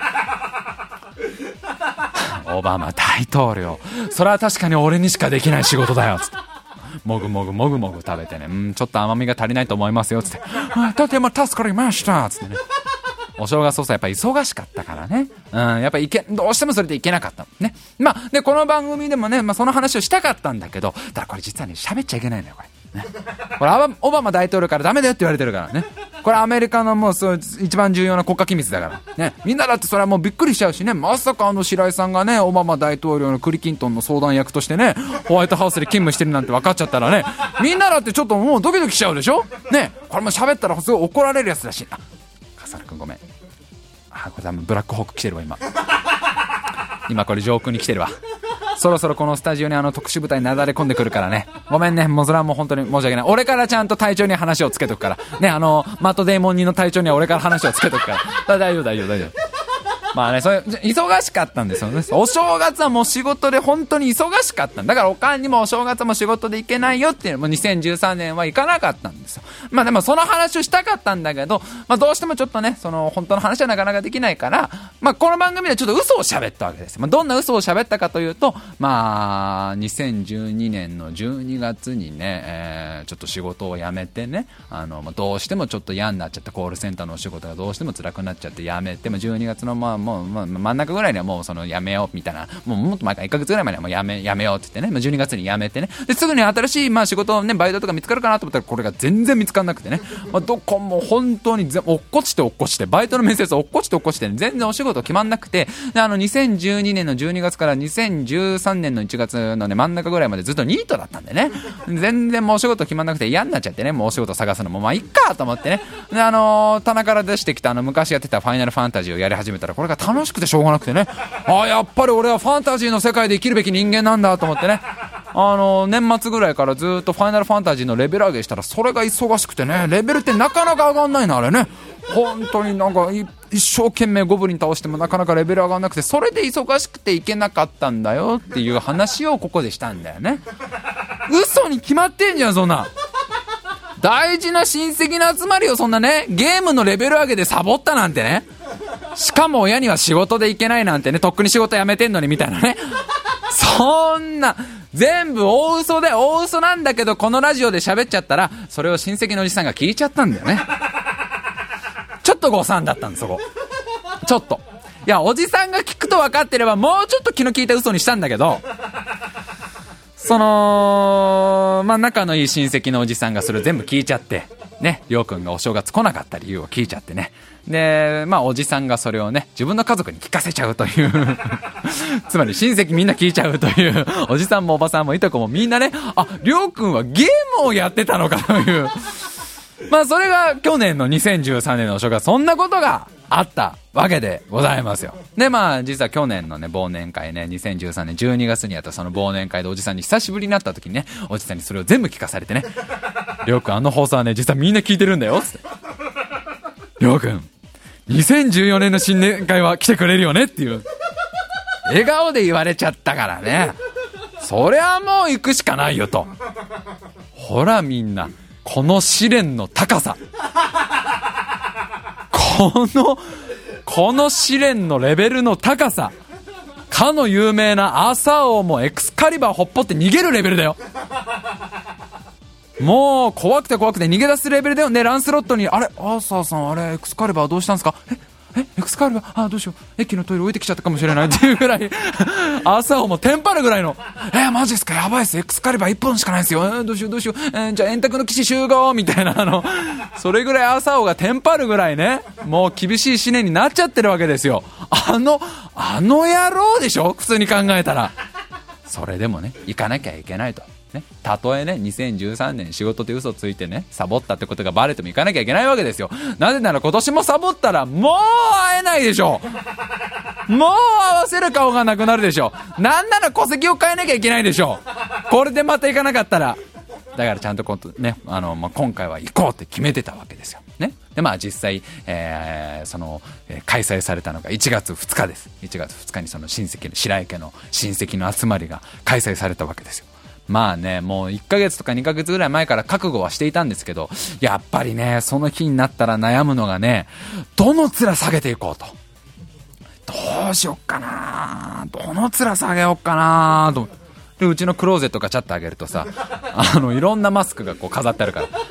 オバマ大統領、それは確かに俺にしかできない仕事だよつって、もぐもぐ食べてね、ちょっと甘みが足りないと思いますよつって、とても助かりましたつってね、お正月早々やっぱり忙しかったからね、やっぱりどうしてもそれでいけなかったね。でこの番組でもね、その話をしたかったんだけど、ただこれ実はね喋っちゃいけないのよこれ。 ね、これオバマ大統領からダメだよって言われてるからね。これアメリカのもう一番重要な国家機密だからね。みんなだってそれはもうびっくりしちゃうしね。まさか白井さんがね、オバマ大統領のクリキントンの相談役としてね、ホワイトハウスで勤務してるなんて分かっちゃったらね、みんなだってちょっともうドキドキしちゃうでしょね。これも喋ったらすごい怒られるやつだし。笠原くんごめん。これ多分ブラックホーク来てるわ今これ上空に来てるわ。そろそろこのスタジオに特殊部隊なだれ込んでくるからね。ごめんね。もうそれはもう本当に申し訳ない。俺からちゃんと隊長に話をつけとくから。ね、マットデーモン人の隊長には俺から話をつけとくから。大丈夫。まあね、忙しかったんですよね。お正月はもう仕事で本当に忙しかったんだから、おかんにもお正月も仕事で行けないよっていうのも2013年は行かなかったんですよ。まあでもその話をしたかったんだけど、まあどうしてもちょっとね、本当の話はなかなかできないから、まあこの番組でちょっと嘘を喋ったわけです。まあどんな嘘を喋ったかというと、まあ2012年の12月にね、ちょっと仕事を辞めてね、どうしてもちょっと嫌になっちゃったコールセンターのお仕事がどうしても辛くなっちゃって辞めて、12月のもう真ん中ぐらいにはもうやめようみたいな、もっと前から1ヶ月ぐらいまではもうやめようって言ってね、12月にやめてね、ですぐに新しい仕事をね、バイトとか見つかるかなと思ったらこれが全然見つからなくてね、どこも本当に落っこちてバイトの面接落っこちて、ね、全然お仕事決まんなくて、で2012年の12月から2013年の1月のね真ん中ぐらいまでずっとニートだったんでね、全然もうお仕事決まんなくて嫌になっちゃってね、もうお仕事探すのもまあいっかと思ってね、で棚から出してきた昔やってたファイナルファンタジーをやり始めたらこれが楽しくてしょうがなくてね、やっぱり俺はファンタジーの世界で生きるべき人間なんだと思ってね、年末ぐらいからずっとファイナルファンタジーのレベル上げしたらそれが忙しくてね、レベルってなかなか上がんないのあれね、本当になんか一生懸命ゴブリン倒してもなかなかレベル上がんなくて、それで忙しくていけなかったんだよっていう話をここでしたんだよね。嘘に決まってんじゃんそんな。大事な親戚の集まりをそんなね、ゲームのレベル上げでサボったなんてね、しかも親には仕事で行けないなんてね、とっくに仕事辞めてんのにみたいなね、そんな全部大嘘で大嘘なんだけど、このラジオで喋っちゃったらそれを親戚のおじさんが聞いちゃったんだよね。ちょっと誤算だったんです、そこちょっと。いや、おじさんが聞くと分かってればもうちょっと気の利いた嘘にしたんだけど、仲のいい親戚のおじさんがそれを全部聞いちゃってね、りょうくんがお正月来なかった理由を聞いちゃってね、でおじさんがそれをね自分の家族に聞かせちゃうというつまり親戚みんな聞いちゃうという、おじさんもおばさんもいとこもみんなね、りょうくんはゲームをやってたのかというそれが去年の2013年のお正月、そんなことがあったわけでございますよ。で実は去年のね忘年会ね、2013年12月にやったその忘年会でおじさんに久しぶりになった時にね、おじさんにそれを全部聞かされてね、りょうくん放送はね実はみんな聞いてるんだよつって、りょうくん2014年の新年会は来てくれるよねっていう笑顔で言われちゃったからね、そりゃもう行くしかないよと。ほらみんなこの試練の高さ、この試練のレベルの高さ、かの有名なアーサー王もエクスカリバーほっぽって逃げるレベルだよ。もう怖くて逃げ出すレベルだよね。ランスロットにアーサーさんエクスカリバーどうしたんですか、エクスカリバーどうしよう、駅のトイレ置いてきちゃったかもしれないっていうぐらいアーサー王もテンパるぐらいのマジですか、やばいっす、エクスカリバー1本しかないですよ、どうしよう、じゃあ円卓の騎士集合みたいなそれぐらいアーサー王がテンパるぐらいね、もう厳しい試練になっちゃってるわけですよ。あの野郎でしょ普通に考えたら。それでもね行かなきゃいけないとね、たとえね2013年仕事で嘘ついてねサボったってことがバレても行かなきゃいけないわけですよ。なぜなら今年もサボったらもう会えないでしょ、もう合わせる顔がなくなるでしょ、なんなら戸籍を変えなきゃいけないでしょ、これでまた行かなかったら。だからちゃんとね今回は行こうって決めてたわけですよね。で実際、開催されたのが1月2日です。1月2日にその親戚の白井家の親戚の集まりが開催されたわけですよ。もう1ヶ月とか2ヶ月ぐらい前から覚悟はしていたんですけど、やっぱりねその日になったら悩むのがね、どの面下げていこうと、どうしよっかな、どの面下げよっかなと。でうちのクローゼットガチャッと上げるとさいろんなマスクがこう飾ってあるから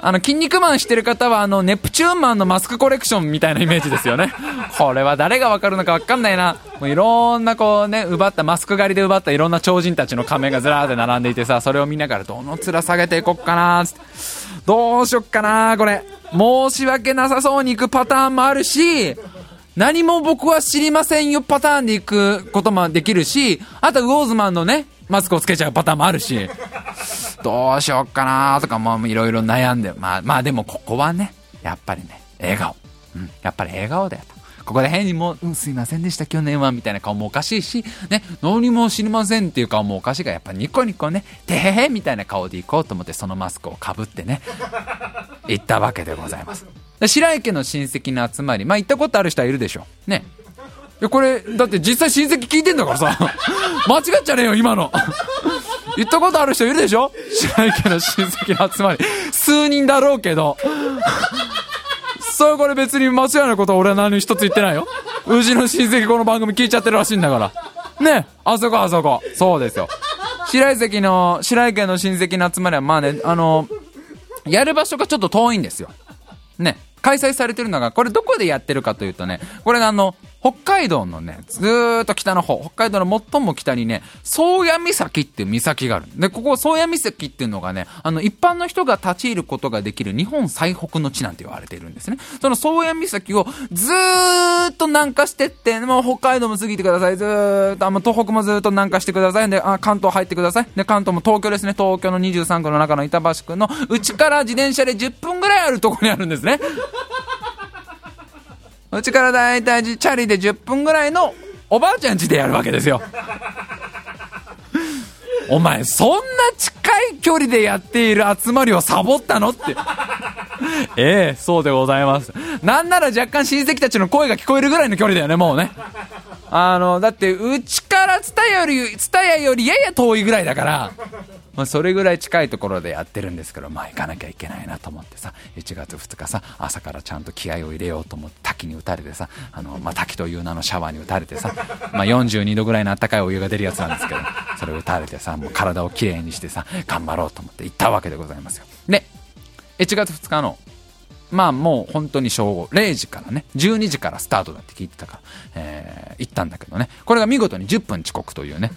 筋肉マンしてる方はネプチューンマンのマスクコレクションみたいなイメージですよね。これは誰がわかるのかわかんないな。もういろんなこうね、マスク狩りで奪ったいろんな超人たちの仮面がずらーって並んでいてさ、それを見ながらどの面下げていこっかなーって、どうしよっかなー、これ申し訳なさそうにいくパターンもあるし、何も僕は知りませんよパターンでいくこともできるし、あとウォーズマンのねマスクをつけちゃうパターンもあるし、どうしよっかなとかもいろいろ悩んで、まあでもここはねやっぱりね笑顔、やっぱり笑顔だよと。ここで変にもう、すいませんでした去年はみたいな顔もおかしいしね、何も知りませんっていう顔もおかしいから、やっぱニコニコねてへへみたいな顔でいこうと思って、そのマスクをかぶってね行ったわけでございます。白井家の親戚の集まり、行ったことある人はいるでしょね。これだって実際親戚聞いてんだからさ間違っちゃねえよ今の行ったことある人いるでしょ、白井家の親戚の集まり数人だろうけどこれ別に間違いないことは俺は何一つ言ってないよ。うちの親戚この番組聞いちゃってるらしいんだからね。あそこそうですよ。白井家の親戚の集まりはやる場所がちょっと遠いんですよね。開催されてるのが、これどこでやってるかというとね、これが北海道のね、ずーっと北の方、北海道の最も北にね、宗谷岬っていう岬がある。で、ここ宗谷岬っていうのがね、一般の人が立ち入ることができる日本最北の地なんて言われているんですね。その宗谷岬をずーっと南下してって、もう北海道も過ぎてください。ずーっと、東北もずーっと南下してください。で、関東入ってください。で、関東も東京ですね。東京の23区の中の板橋区のうちから自転車で10分ぐらいあるところにあるんですね。うちからだいたいチャリで10分ぐらいのおばあちゃん家でやるわけですよ。お前そんな近い距離でやっている集まりをサボったのってそうでございます。なんなら若干親戚たちの声が聞こえるぐらいの距離だよね、もうね。だってうちからツタヤよりやや遠いぐらいだから、それぐらい近いところでやってるんですけど、行かなきゃいけないなと思ってさ、1月2日さ、朝からちゃんと気合を入れようと思って滝に打たれてさ、滝という名のシャワーに打たれてさ、42度ぐらいの暖かいお湯が出るやつなんですけど、それを打たれてさ、もう体をきれいにしてさ、頑張ろうと思って行ったわけでございますよ。で、1月2日のもう本当に正午0時からね12時からスタートだって聞いてたから、行ったんだけどね、これが見事に10分遅刻というね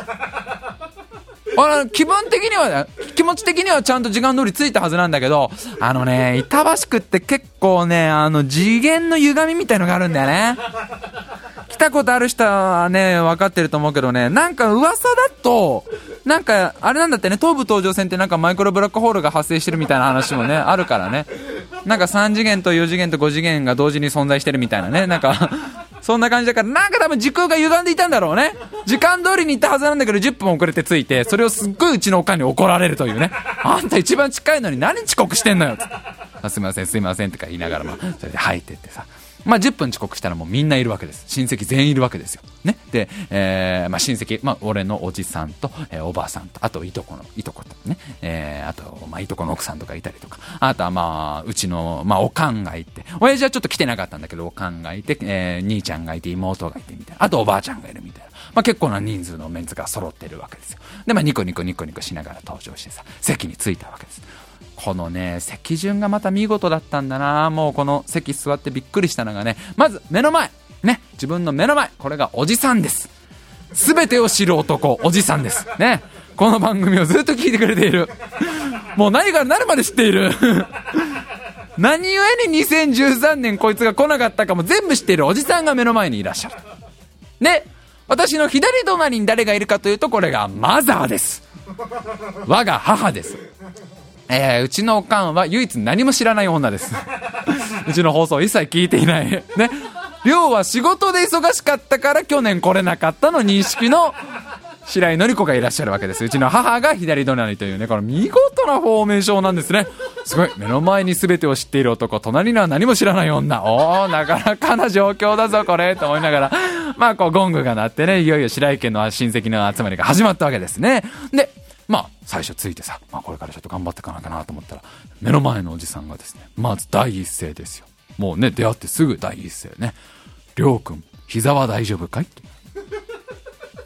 気持ち的にはちゃんと時間通り着いたはずなんだけど、板橋区って結構ね次元の歪みみたいのがあるんだよね。来たことある人はね分かってると思うけどね、なんか噂だとなんかあれなんだってね、東武東上線ってなんかマイクロブラックホールが発生してるみたいな話もねあるからね、なんか3次元と4次元と5次元が同時に存在してるみたいなね、なんかそんな感じだから、なんか多分時空が歪んでいたんだろうね。時間通りに行ったはずなんだけど10分遅れて着いて、それをすっごいうちのおかんに怒られるというね。あんた一番近いのに何遅刻してんのよつすいませんとか言いながら、それで入ってってさ、10分遅刻したらもうみんないるわけです。親戚全員いるわけですよね。で、親戚、俺のおじさんと、おばあさんと、あといとことね、あといとこの奥さんとかいたりとか、あとはうちのおかんがいて、親父はちょっと来てなかったんだけどおかんがいて、兄ちゃんがいて妹がいてみたいな、あとおばあちゃんがいるみたいな、結構な人数のメンツが揃ってるわけですよ。でニコニコしながら登場してさ、席に着いたわけです。このね席順がまた見事だったんだな。もうこの席座ってびっくりしたのがね、まず目の前ね、自分の目の前、これがおじさんです。全てを知る男、おじさんですね。この番組をずっと聞いてくれている、もう何から何まで知っている何故に2013年こいつが来なかったかも全部知っているおじさんが目の前にいらっしゃる。で、私の左隣に誰がいるかというと、これがマザーです。我が母です。うちのおかんは唯一何も知らない女ですうちの放送一切聞いていないね。亮は仕事で忙しかったから去年来れなかったの認識の白井のり子がいらっしゃるわけです。うちの母が左隣というね、この見事なフォーメーションなんですね。すごい、目の前に全てを知っている男、隣には何も知らない女、なかなかな状況だぞこれと思いながら、こうゴングが鳴ってね、いよいよ白井家の親戚の集まりが始まったわけですね。で最初ついてさ、これからちょっと頑張っていかなきゃなと思ったら、目の前のおじさんがですね、まず第一声ですよ。もうね、出会ってすぐ第一声ね、りょうくん膝は大丈夫かいって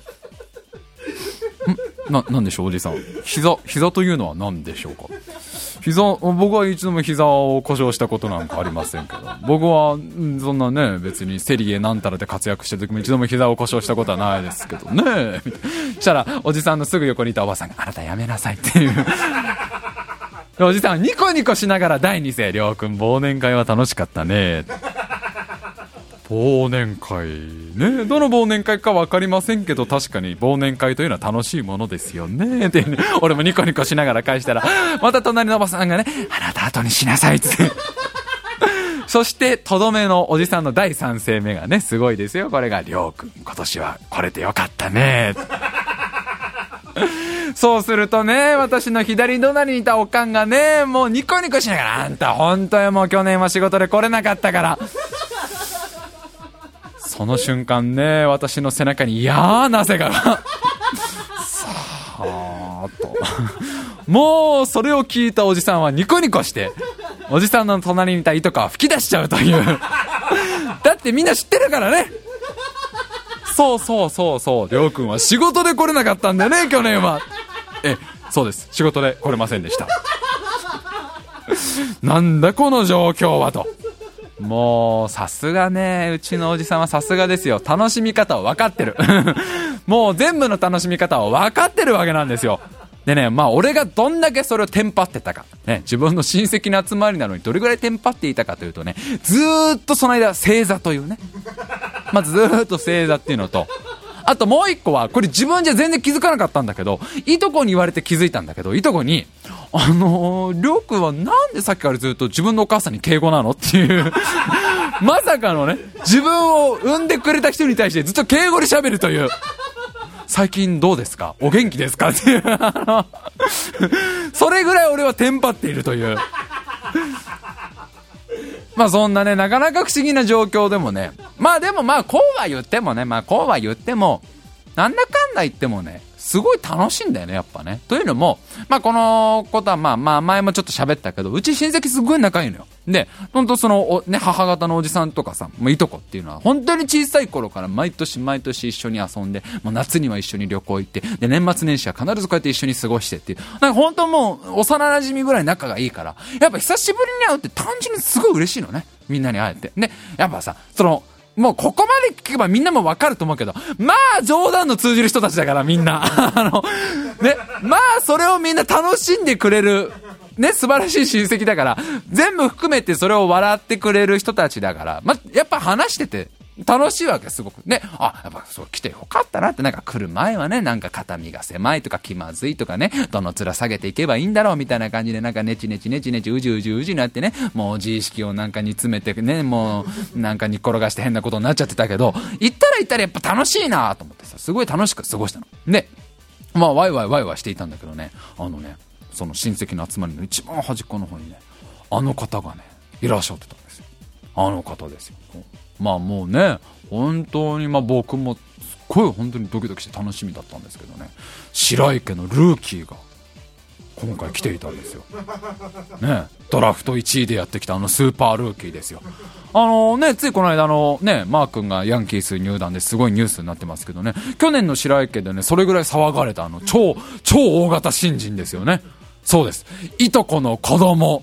なんでしょうおじさん、膝というのは何でしょうか。 僕は一度も膝を故障したことなんかありませんけど、僕はそんなね、別にセリエなんたらで活躍してる時も一度も膝を故障したことはないですけどね。そしたらおじさんのすぐ横にいたおばさんが、あなたやめなさいっていうおじさんはニコニコしながら第2声、りょうくん忘年会は楽しかったね。忘年会ね、どの忘年会か分かりませんけど、確かに忘年会というのは楽しいものですよねって、ね、俺もニコニコしながら返したら、また隣のおばさんがね、あなた後にしなさいってそしてとどめのおじさんの第3声目がね、すごいですよ。これが、りょうくん今年は来れてよかったねそうするとね、私の左隣にいたおかんがね、もうニコニコしながら、あんた本当よ、もう去年は仕事で来れなかったからその瞬間ね、私の背中に嫌な汗がさーっともうそれを聞いたおじさんはニコニコして、おじさんの隣にいた糸川を吹き出しちゃうというだってみんな知ってるからね。そうりょうくんは仕事で来れなかったんだよね、去年は。そうです、仕事で来れませんでしたなんだこの状況はと。もうさすがね、うちのおじさんはさすがですよ。楽しみ方を分かってるもう全部の楽しみ方を分かってるわけなんですよ。でね、俺がどんだけそれをテンパってたか、ね、自分の親戚の集まりなのにどれぐらいテンパっていたかというとね、ずーっとその間正座というね、まずずーっと正座っていうのと、あともう一個は、これ自分じゃ全然気づかなかったんだけど、いとこに言われて気づいたんだけど、いとこに、りょうくんはなんでさっきからずっと自分のお母さんに敬語なのっていうまさかのね、自分を産んでくれた人に対してずっと敬語で喋るという、最近どうですか、お元気ですかっていうそれぐらい俺はテンパっているというそんなね、なかなか不思議な状況でもね、でもこうは言ってもね、こうは言ってもなんだかんだ言ってもね、すごい楽しいんだよね、やっぱね。というのも、このことは前もちょっと喋ったけど、うち親戚すごい仲いいのよ。で、本当その母方のおじさんとかさ、いとこっていうのは本当に小さい頃から毎年一緒に遊んで、もう夏には一緒に旅行行って、で年末年始は必ずこうやって一緒に過ごしてっていう、なんか本当もう幼馴染ぐらい仲がいいから、やっぱ久しぶりに会うって単純にすごい嬉しいのね、みんなに会えて。で、やっぱさ、もうここまで聞けばみんなもわかると思うけど、冗談の通じる人たちだからみんなね、それをみんな楽しんでくれるね、素晴らしい親戚だから、全部含めてそれを笑ってくれる人たちだから、やっぱ話してて楽しいわけ、すごくね。やっぱそう来てよかったなって。なんか来る前はね、なんか肩身が狭いとか気まずいとかね、どの面下げていけばいいんだろうみたいな感じで、なんかネチネチうじうじになってね、もう自意識をなんか煮詰めてね、もうなんかに転がして変なことになっちゃってたけど、行ったらやっぱ楽しいなと思ってさ、すごい楽しく過ごしたの。で、ワイワイしていたんだけどね、その親戚の集まりの一番端っこの方にね、あの方がね、いらっしゃってたんですよ。あの方ですよ。もうね、本当に僕もすっごい本当にドキドキして楽しみだったんですけどね、白池のルーキーが今回来ていたんですよね。ドラフト1位でやってきたスーパールーキーですよ。ついこの間マー君がヤンキース入団ですごいニュースになってますけどね、去年の白池でね、それぐらい騒がれた超大型新人ですよね。そうです、いとこの子供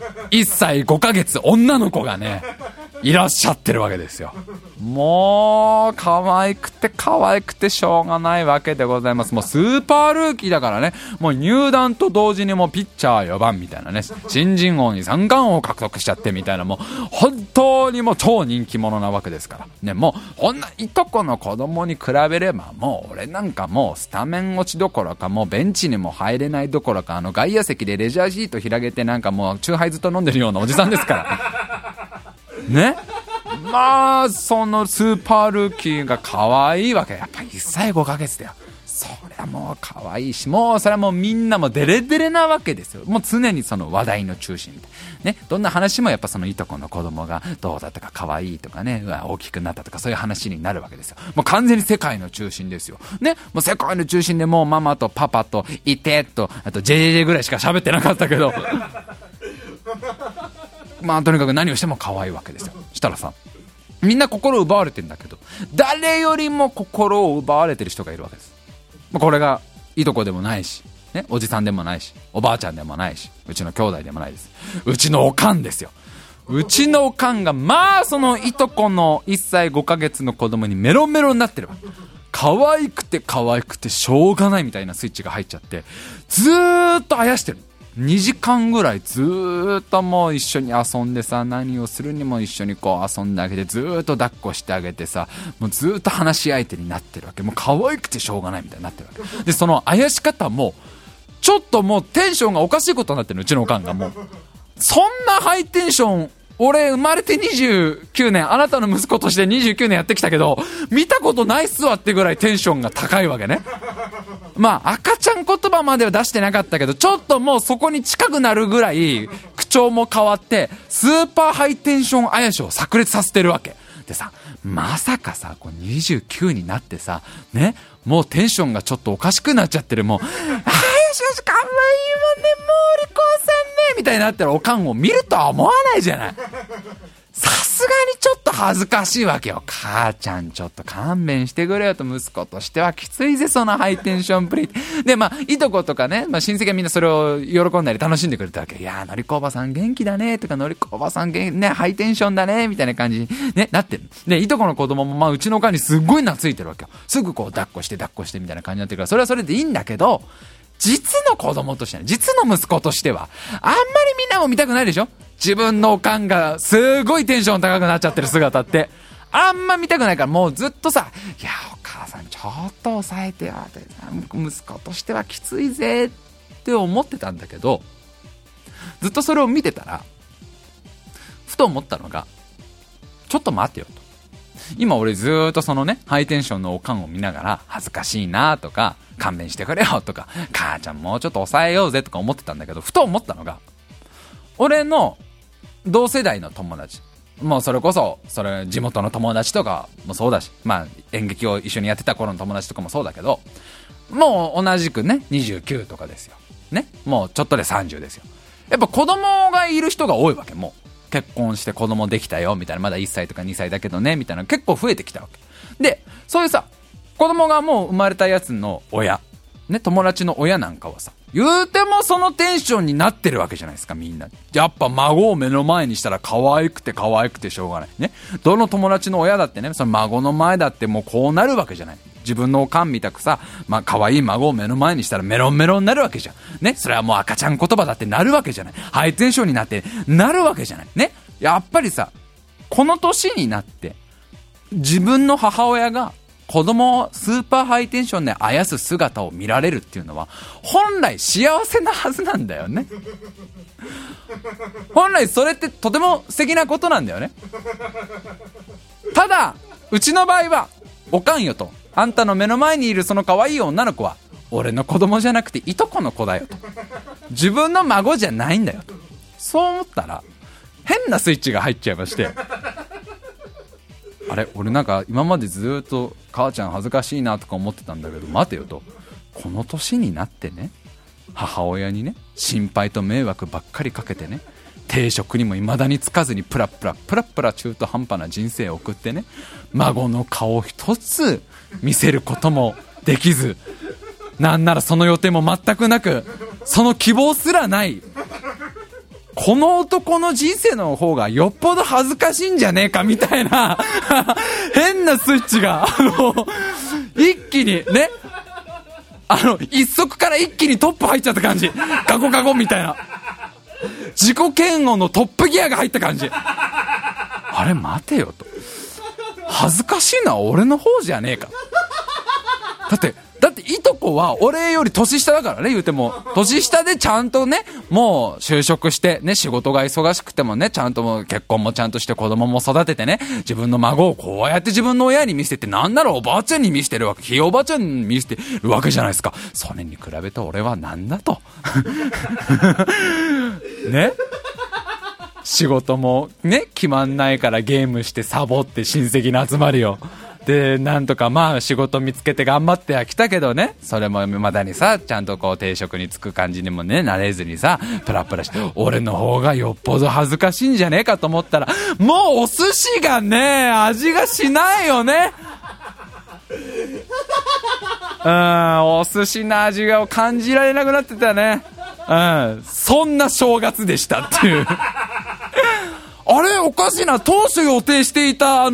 1歳5ヶ月女の子がねいらっしゃってるわけですよ。もう可愛くてしょうがないわけでございます。もうスーパールーキーだからね、もう入団と同時にもうピッチャー4番みたいなね、新人王に三冠王を獲得しちゃってみたいな、もう本当にもう超人気者なわけですからね。もうこんないとこの子供に比べれば、もう俺なんかもうスタメン落ちどころか、もうベンチにも入れないどころか、外野席でレジャーシート広げてなんかもうチューハイずっと飲んでるようなおじさんですからね。そのスーパールーキーが可愛いわけ。やっぱ1歳5ヶ月だよ。そりゃもう可愛いし、もうそれはもうみんなもデレデレなわけですよ。もう常にその話題の中心でね、どんな話もやっぱそのいとこの子供がどうだとか可愛いとかね、大きくなったとか、そういう話になるわけですよ。もう完全に世界の中心ですよね。もう世界の中心でもうママとパパといてと、あと JJ ぐらいしか喋ってなかったけどとにかく何をしても可愛いわけですよ。したらさ、みんな心を奪われてんだけど、誰よりも心を奪われてる人がいるわけです。これがいとこでもないし、 ね、おじさんでもないし、おばあちゃんでもないし、うちの兄弟でもないです。うちのおかんですよ。うちのおかんが、まあ、そのいとこの1歳5ヶ月の子供にメロメロになってるわ。可愛くて可愛くてしょうがないみたいなスイッチが入っちゃって、ずーっとあやしてる。2時間ぐらいずーっともう一緒に遊んでさ、何をするにも一緒にこう遊んであげて、ずーっと抱っこしてあげてさ、もうずーっと話し相手になってるわけ。もう可愛くてしょうがないみたいになってるわけで、そのあやし方もちょっともうテンションがおかしいことになってるの、うちのおかんが。もうそんなハイテンション、俺生まれて29年、あなたの息子として29年やってきたけど、見たことないっすわってぐらいテンションが高いわけね。まあ赤ちゃん言葉までは出してなかったけど、ちょっともうそこに近くなるぐらい口調も変わって、スーパーハイテンションあやしを炸裂させてるわけでさ、まさかさ、こう29になってさね、もうテンションがちょっとおかしくなっちゃってる、もうあやしかわいいわね、毛利子さんねみたいになったら、おかんを見るとは思わないじゃない。さすがにちょっと恥ずかしいわけよ。母ちゃんちょっと勘弁してくれよと、息子としてはきついぜそのハイテンションプリで、まあいとことかね、まあ親戚はみんなそれを喜んだり楽しんでくれたわけ。いやー、のりこおばさん元気だねとか、のりこおばさんねハイテンションだねみたいな感じにねなってる。でいとこの子供もまあうちのおかんにすっごい懐いてるわけよ。すぐこう抱っこしてみたいな感じになってるから、それはそれでいいんだけど、実の子供としてね、実の息子としてはあんまりみんなも見たくないでしょ。自分のおかんがすごいテンション高くなっちゃってる姿ってあんま見たくないから、もうずっとさ、いやお母さんちょっと抑えてよって、息子としてはきついぜって思ってたんだけど、ずっとそれを見てたらふと思ったのが、ちょっと待ってよと。今俺ずーっとそのねハイテンションのおかんを見ながら、恥ずかしいなとか、勘弁してくれよとか、母ちゃんもうちょっと抑えようぜとか思ってたんだけど、ふと思ったのが、俺の同世代の友達、もうそれこそ地元の友達とかもそうだし、まあ演劇を一緒にやってた頃の友達とかもそうだけど、もう同じくね29とかですよね、もうちょっとで30ですよ。やっぱ子供がいる人が多いわけ。もう結婚して子供できたよみたいな、まだ1歳とか2歳だけどねみたいな、結構増えてきたわけで、そういうさ子供がもう生まれたやつの親ね、友達の親なんかはさ、言うてもそのテンションになってるわけじゃないですか、みんな。やっぱ孫を目の前にしたら可愛くてしょうがないね。どの友達の親だってね、その孫の前だってもうこうなるわけじゃない。自分のおかんみたくさ、まあ可愛い孫を目の前にしたらメロンメロンになるわけじゃんね。それはもう赤ちゃん言葉だってなるわけじゃない。ハイテンションになってなるわけじゃないね。やっぱりさ、この年になって自分の母親が子供をスーパーハイテンションであやす姿を見られるっていうのは本来幸せなはずなんだよね。本来それってとても素敵なことなんだよね。ただうちの場合は、おかんよと、あんたの目の前にいるその可愛い女の子は俺の子供じゃなくていとこの子だよと、自分の孫じゃないんだよと、そう思ったら変なスイッチが入っちゃいまして、あれ俺なんか今までずっと母ちゃん恥ずかしいなとか思ってたんだけど、待てよと、この年になってね、母親にね心配と迷惑ばっかりかけてね、定職にも未だにつかずにプラプラ中途半端な人生を送ってね、孫の顔一つ見せることもできず、なんならその予定も全くなく、その希望すらないこの男の人生の方がよっぽど恥ずかしいんじゃねえかみたいな変なスイッチが一気にね、一足から一気にトップ入っちゃった感じ、ガコガコみたいな、自己嫌悪のトップギアが入った感じ。あれ待てよと、恥ずかしいのは俺の方じゃねえか。だっていとこは俺より年下だからね、言うても年下でちゃんとね、もう就職してね、仕事が忙しくてもね、ちゃんともう結婚もちゃんとして子供も育ててね、自分の孫をこうやって自分の親に見せて、なんならおばあちゃんに見せてるわけ、ひいおばあちゃんに見せてるわけじゃないですか。それに比べて俺はなんだとね、仕事もね決まんないからゲームしてサボって親戚の集まりをで、なんとかまあ仕事見つけて頑張ってはきたけどね、それもまだにさ、ちゃんとこう定職に就く感じにもねなれずにさ、プラプラして、俺の方がよっぽど恥ずかしいんじゃねえかと思ったら、もうお寿司がね味がしないよねお寿司の味が感じられなくなってたね。そんな正月でしたっていうあれおかしいな、当初予定していた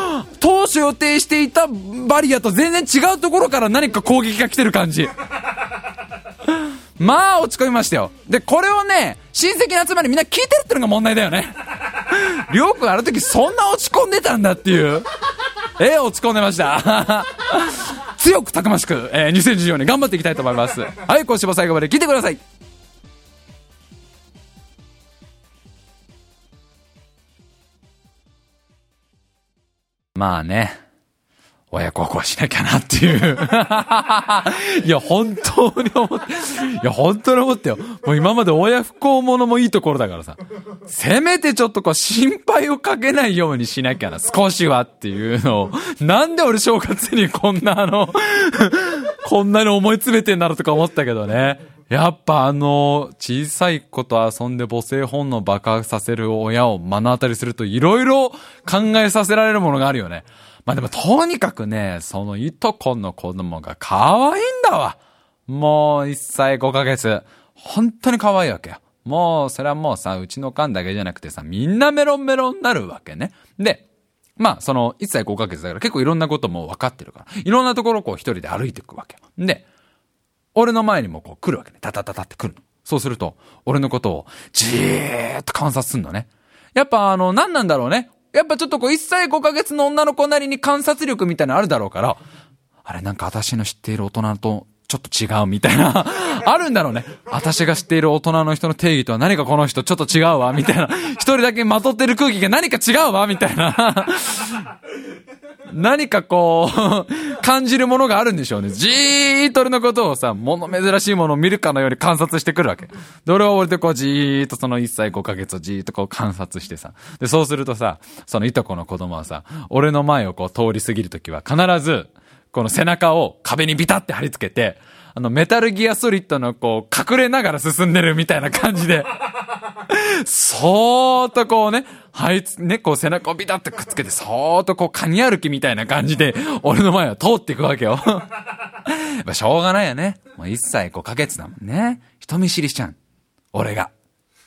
バリアと全然違うところから何か攻撃が来てる感じまあ落ち込みましたよ。でこれをね、親戚の集まりみんな聞いてるってのが問題だよねりょうくんあの時そんな落ち込んでたんだっていう落ち込んでました強くたくましく、2014年頑張っていきたいと思います。はい、今週も最後まで聞いてください。まあね、親孝行しなきゃなっていういや本当に思ってよ。もう今まで親不孝者もいいところだからさ、せめてちょっとこう心配をかけないようにしなきゃな、少しはっていうのを。なんで俺正月にこんなこんなに思い詰めてんだろうとか思ったけどね。やっぱ小さい子と遊んで母性本能爆発させる親を目の当たりするといろいろ考えさせられるものがあるよね。まあでもとにかくね、そのいとこの子供が可愛いんだわ。もう1歳5ヶ月。本当に可愛いわけよ。もうそれはもうさ、うちのカンだけじゃなくてさ、みんなメロンメロンになるわけね。で、まあその1歳5ヶ月だから結構いろんなことも分かってるから、いろんなところをこう一人で歩いていくわけよ。で、俺の前にもこう来るわけね。タタタタって来るの。そうすると、俺のことをじーっと観察すんのね。やっぱ何なんだろうね。やっぱちょっとこう1歳5ヶ月の女の子なりに観察力みたいなのあるだろうから、あれなんか私の知っている大人とちょっと違うみたいな、あるんだろうね。私が知っている大人の人の定義とは何かこの人ちょっと違うわ、みたいな。一人だけまとってる空気が何か違うわ、みたいな。何かこう、感じるものがあるんでしょうね。じーっと俺のことをさ、物珍しいものを見るかのように観察してくるわけ。で、俺は俺でこうじーっとその1歳5ヶ月をじーっとこう観察してさ。で、そうするとさ、そのいとこの子供はさ、俺の前をこう通り過ぎるときは必ず、この背中を壁にビタって貼り付けて、メタルギアソリッドのこう、隠れながら進んでるみたいな感じで、そーっとこうね、こう背中をビタってくっつけて、そーっとこう、カニ歩きみたいな感じで、俺の前を通っていくわけよ。やっぱしょうがないよね。もう1歳5ヶ月だもんね。人見知りしちゃう。俺が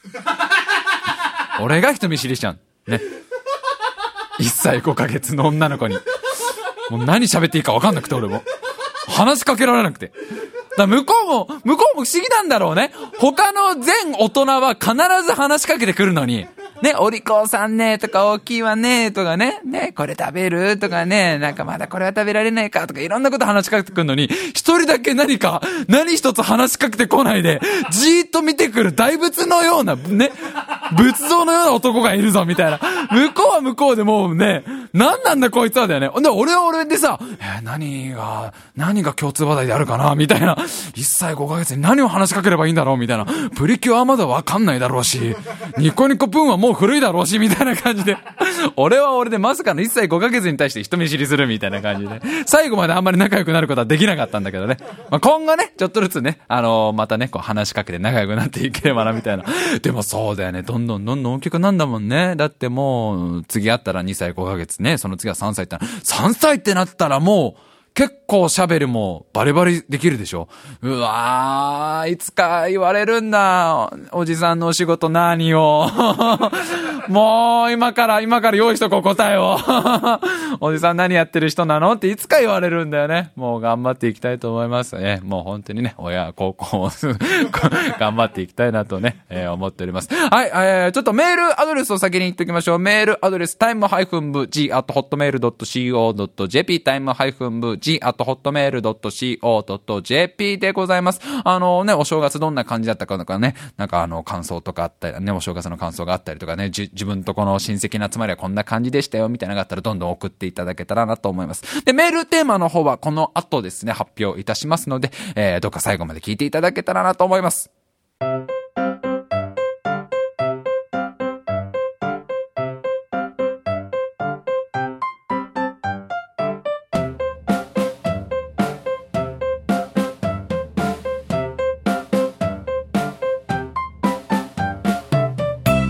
人見知りしちゃう。ね。1歳5ヶ月の女の子に。もう何喋っていいか分かんなくて俺も。話しかけられなくて。だ向こうも不思議なんだろうね。他の全大人は必ず話しかけてくるのに。ね、お利口さんね、とか大きいわね、とかね、ね、これ食べるとかね、なんかまだこれは食べられないかとかいろんなこと話しかけてくるのに、一人だけ何一つ話しかけてこないで、じーっと見てくる大仏のような、ね、仏像のような男がいるぞ、みたいな。向こうは向こうでもうね、何なんだこいつはだよね。で、俺は俺でさ、何が共通話題であるかな、みたいな。1歳5ヶ月に何を話しかければいいんだろう、みたいな。プリキュアはまだわかんないだろうし、ニコニコプンはもう古いだろうし、みたいな感じで。俺は俺でまさかの1歳5ヶ月に対して人見知りするみたいな感じで。最後まであんまり仲良くなることはできなかったんだけどね。まあ、今後ね、ちょっとずつね、またね、こう話しかけて仲良くなっていければな、みたいな。でもそうだよね。どんどん大きくなんだもんね。だってもう、次会ったら2歳5ヶ月ね。その次は3歳って3歳ってなったらもう、結構シャベルもバリバリできるでしょ。うわー、いつか言われるんだ。おじさんのお仕事何を。もう今から用意しとこう答えを。おじさん何やってる人なのっていつか言われるんだよね。もう頑張っていきたいと思いますね。もう本当にね、高校頑張っていきたいなとね、思っております。はい、ちょっとメールアドレスを先に言っておきましょう。メールアドレス、time-v@hotmail.co.jp、time-v@hotmail.co.jp でございます。お正月どんな感じだったかとかね、なんか感想とかあったりね、お正月の感想があったりとかね、自分とこの親戚の集まりはこんな感じでしたよみたいなのがあったらどんどん送っていただけたらなと思います。で、メールテーマの方はこの後ですね、発表いたしますので、どうか最後まで聞いていただけたらなと思います。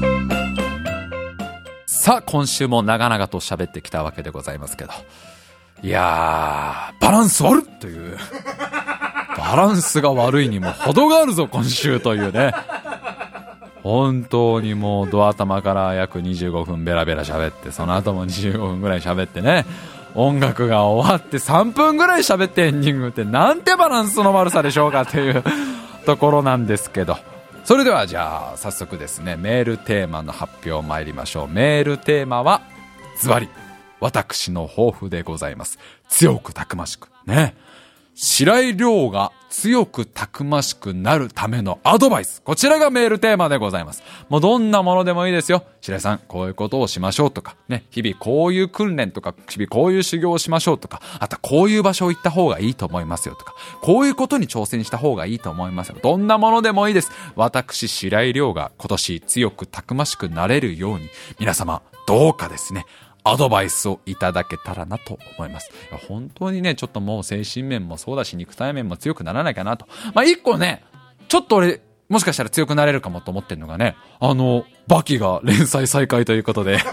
さあ、今週も長々と喋ってきたわけでございますけど、 いやー、バランス悪っという。バランスが悪いにも程があるぞ、今週というね。本当にもうドア頭から約25分ベラベラ喋って、その後も25分ぐらい喋ってね。音楽が終わって3分ぐらい喋ってエンディングってなんてバランスの悪さでしょうかというところなんですけど。それではじゃあ早速ですね、メールテーマの発表参りましょう。メールテーマはズバリ私の抱負でございます。強くたくましくね。白井亮が強くたくましくなるためのアドバイス。こちらがメールテーマでございます。もうどんなものでもいいですよ。白井さん、こういうことをしましょうとか、ね、日々こういう訓練とか、日々こういう修行をしましょうとか、あとこういう場所を行った方がいいと思いますよとか、こういうことに挑戦した方がいいと思いますよ。どんなものでもいいです。私、白井亮が今年強くたくましくなれるように、皆様、どうかですね、アドバイスをいただけたらなと思います。本当にね、ちょっともう精神面もそうだし、肉体面も強くならないかなと。一個ね、ちょっと俺、もしかしたら強くなれるかもと思ってるのがね、バキが連載再開ということで。ね、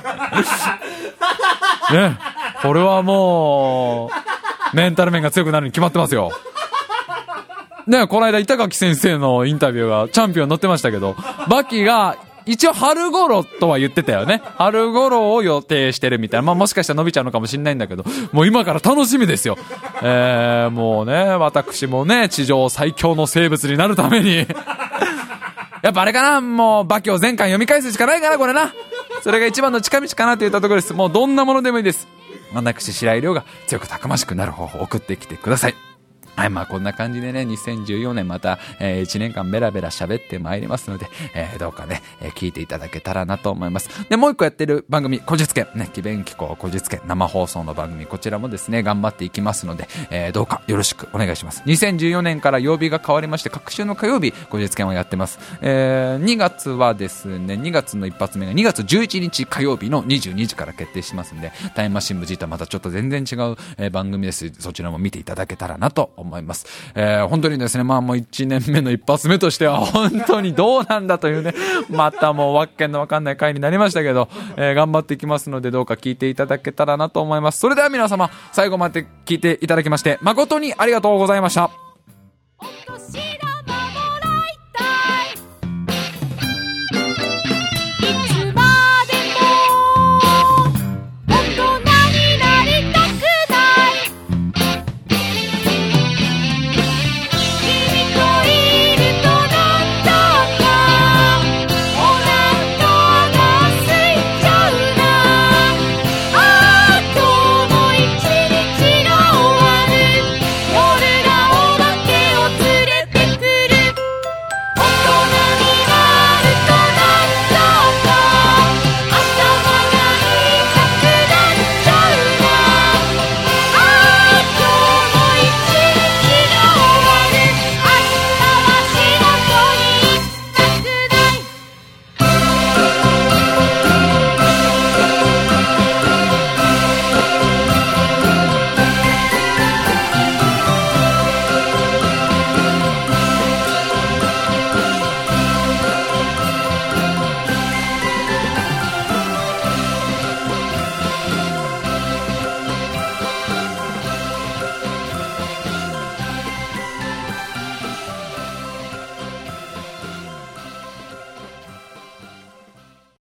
これはもう、メンタル面が強くなるに決まってますよ。ね、この間板垣先生のインタビューがチャンピオン載ってましたけど、バキが、一応春頃とは言ってたよね。春頃を予定してるみたいな。もしかしたら伸びちゃうのかもしれないんだけど、もう今から楽しみですよ。もうね、私もね、地上最強の生物になるために。やっぱあれかな、もうバキを前回読み返すしかないかな、これな。それが一番の近道かなといったところです。もうどんなものでもいいです。私、白井亮が強くたくましくなる方法を送ってきてください。はい、こんな感じでね、2014年また、1年間ベラベラ喋ってまいりますので、どうかね、聞いていただけたらなと思います。で、もう一個やってる番組、こじつけ、ね、奇弁気候こじつけ、生放送の番組、こちらもですね、頑張っていきますので、どうかよろしくお願いします。2014年から曜日が変わりまして、各週の火曜日、こじつけをやってます。2月はですね、2月の一発目が2月11日火曜日の22時から決定しますんで、タイムマシン部自体またちょっと全然違う、番組です。そちらも見ていただけたらなと思います。本当にですね、もう1年目の一発目としては本当にどうなんだというね、またもうわけのわかんない回になりましたけど、頑張っていきますので、どうか聞いていただけたらなと思います。それでは皆様、最後まで聞いていただきまして誠にありがとうございました。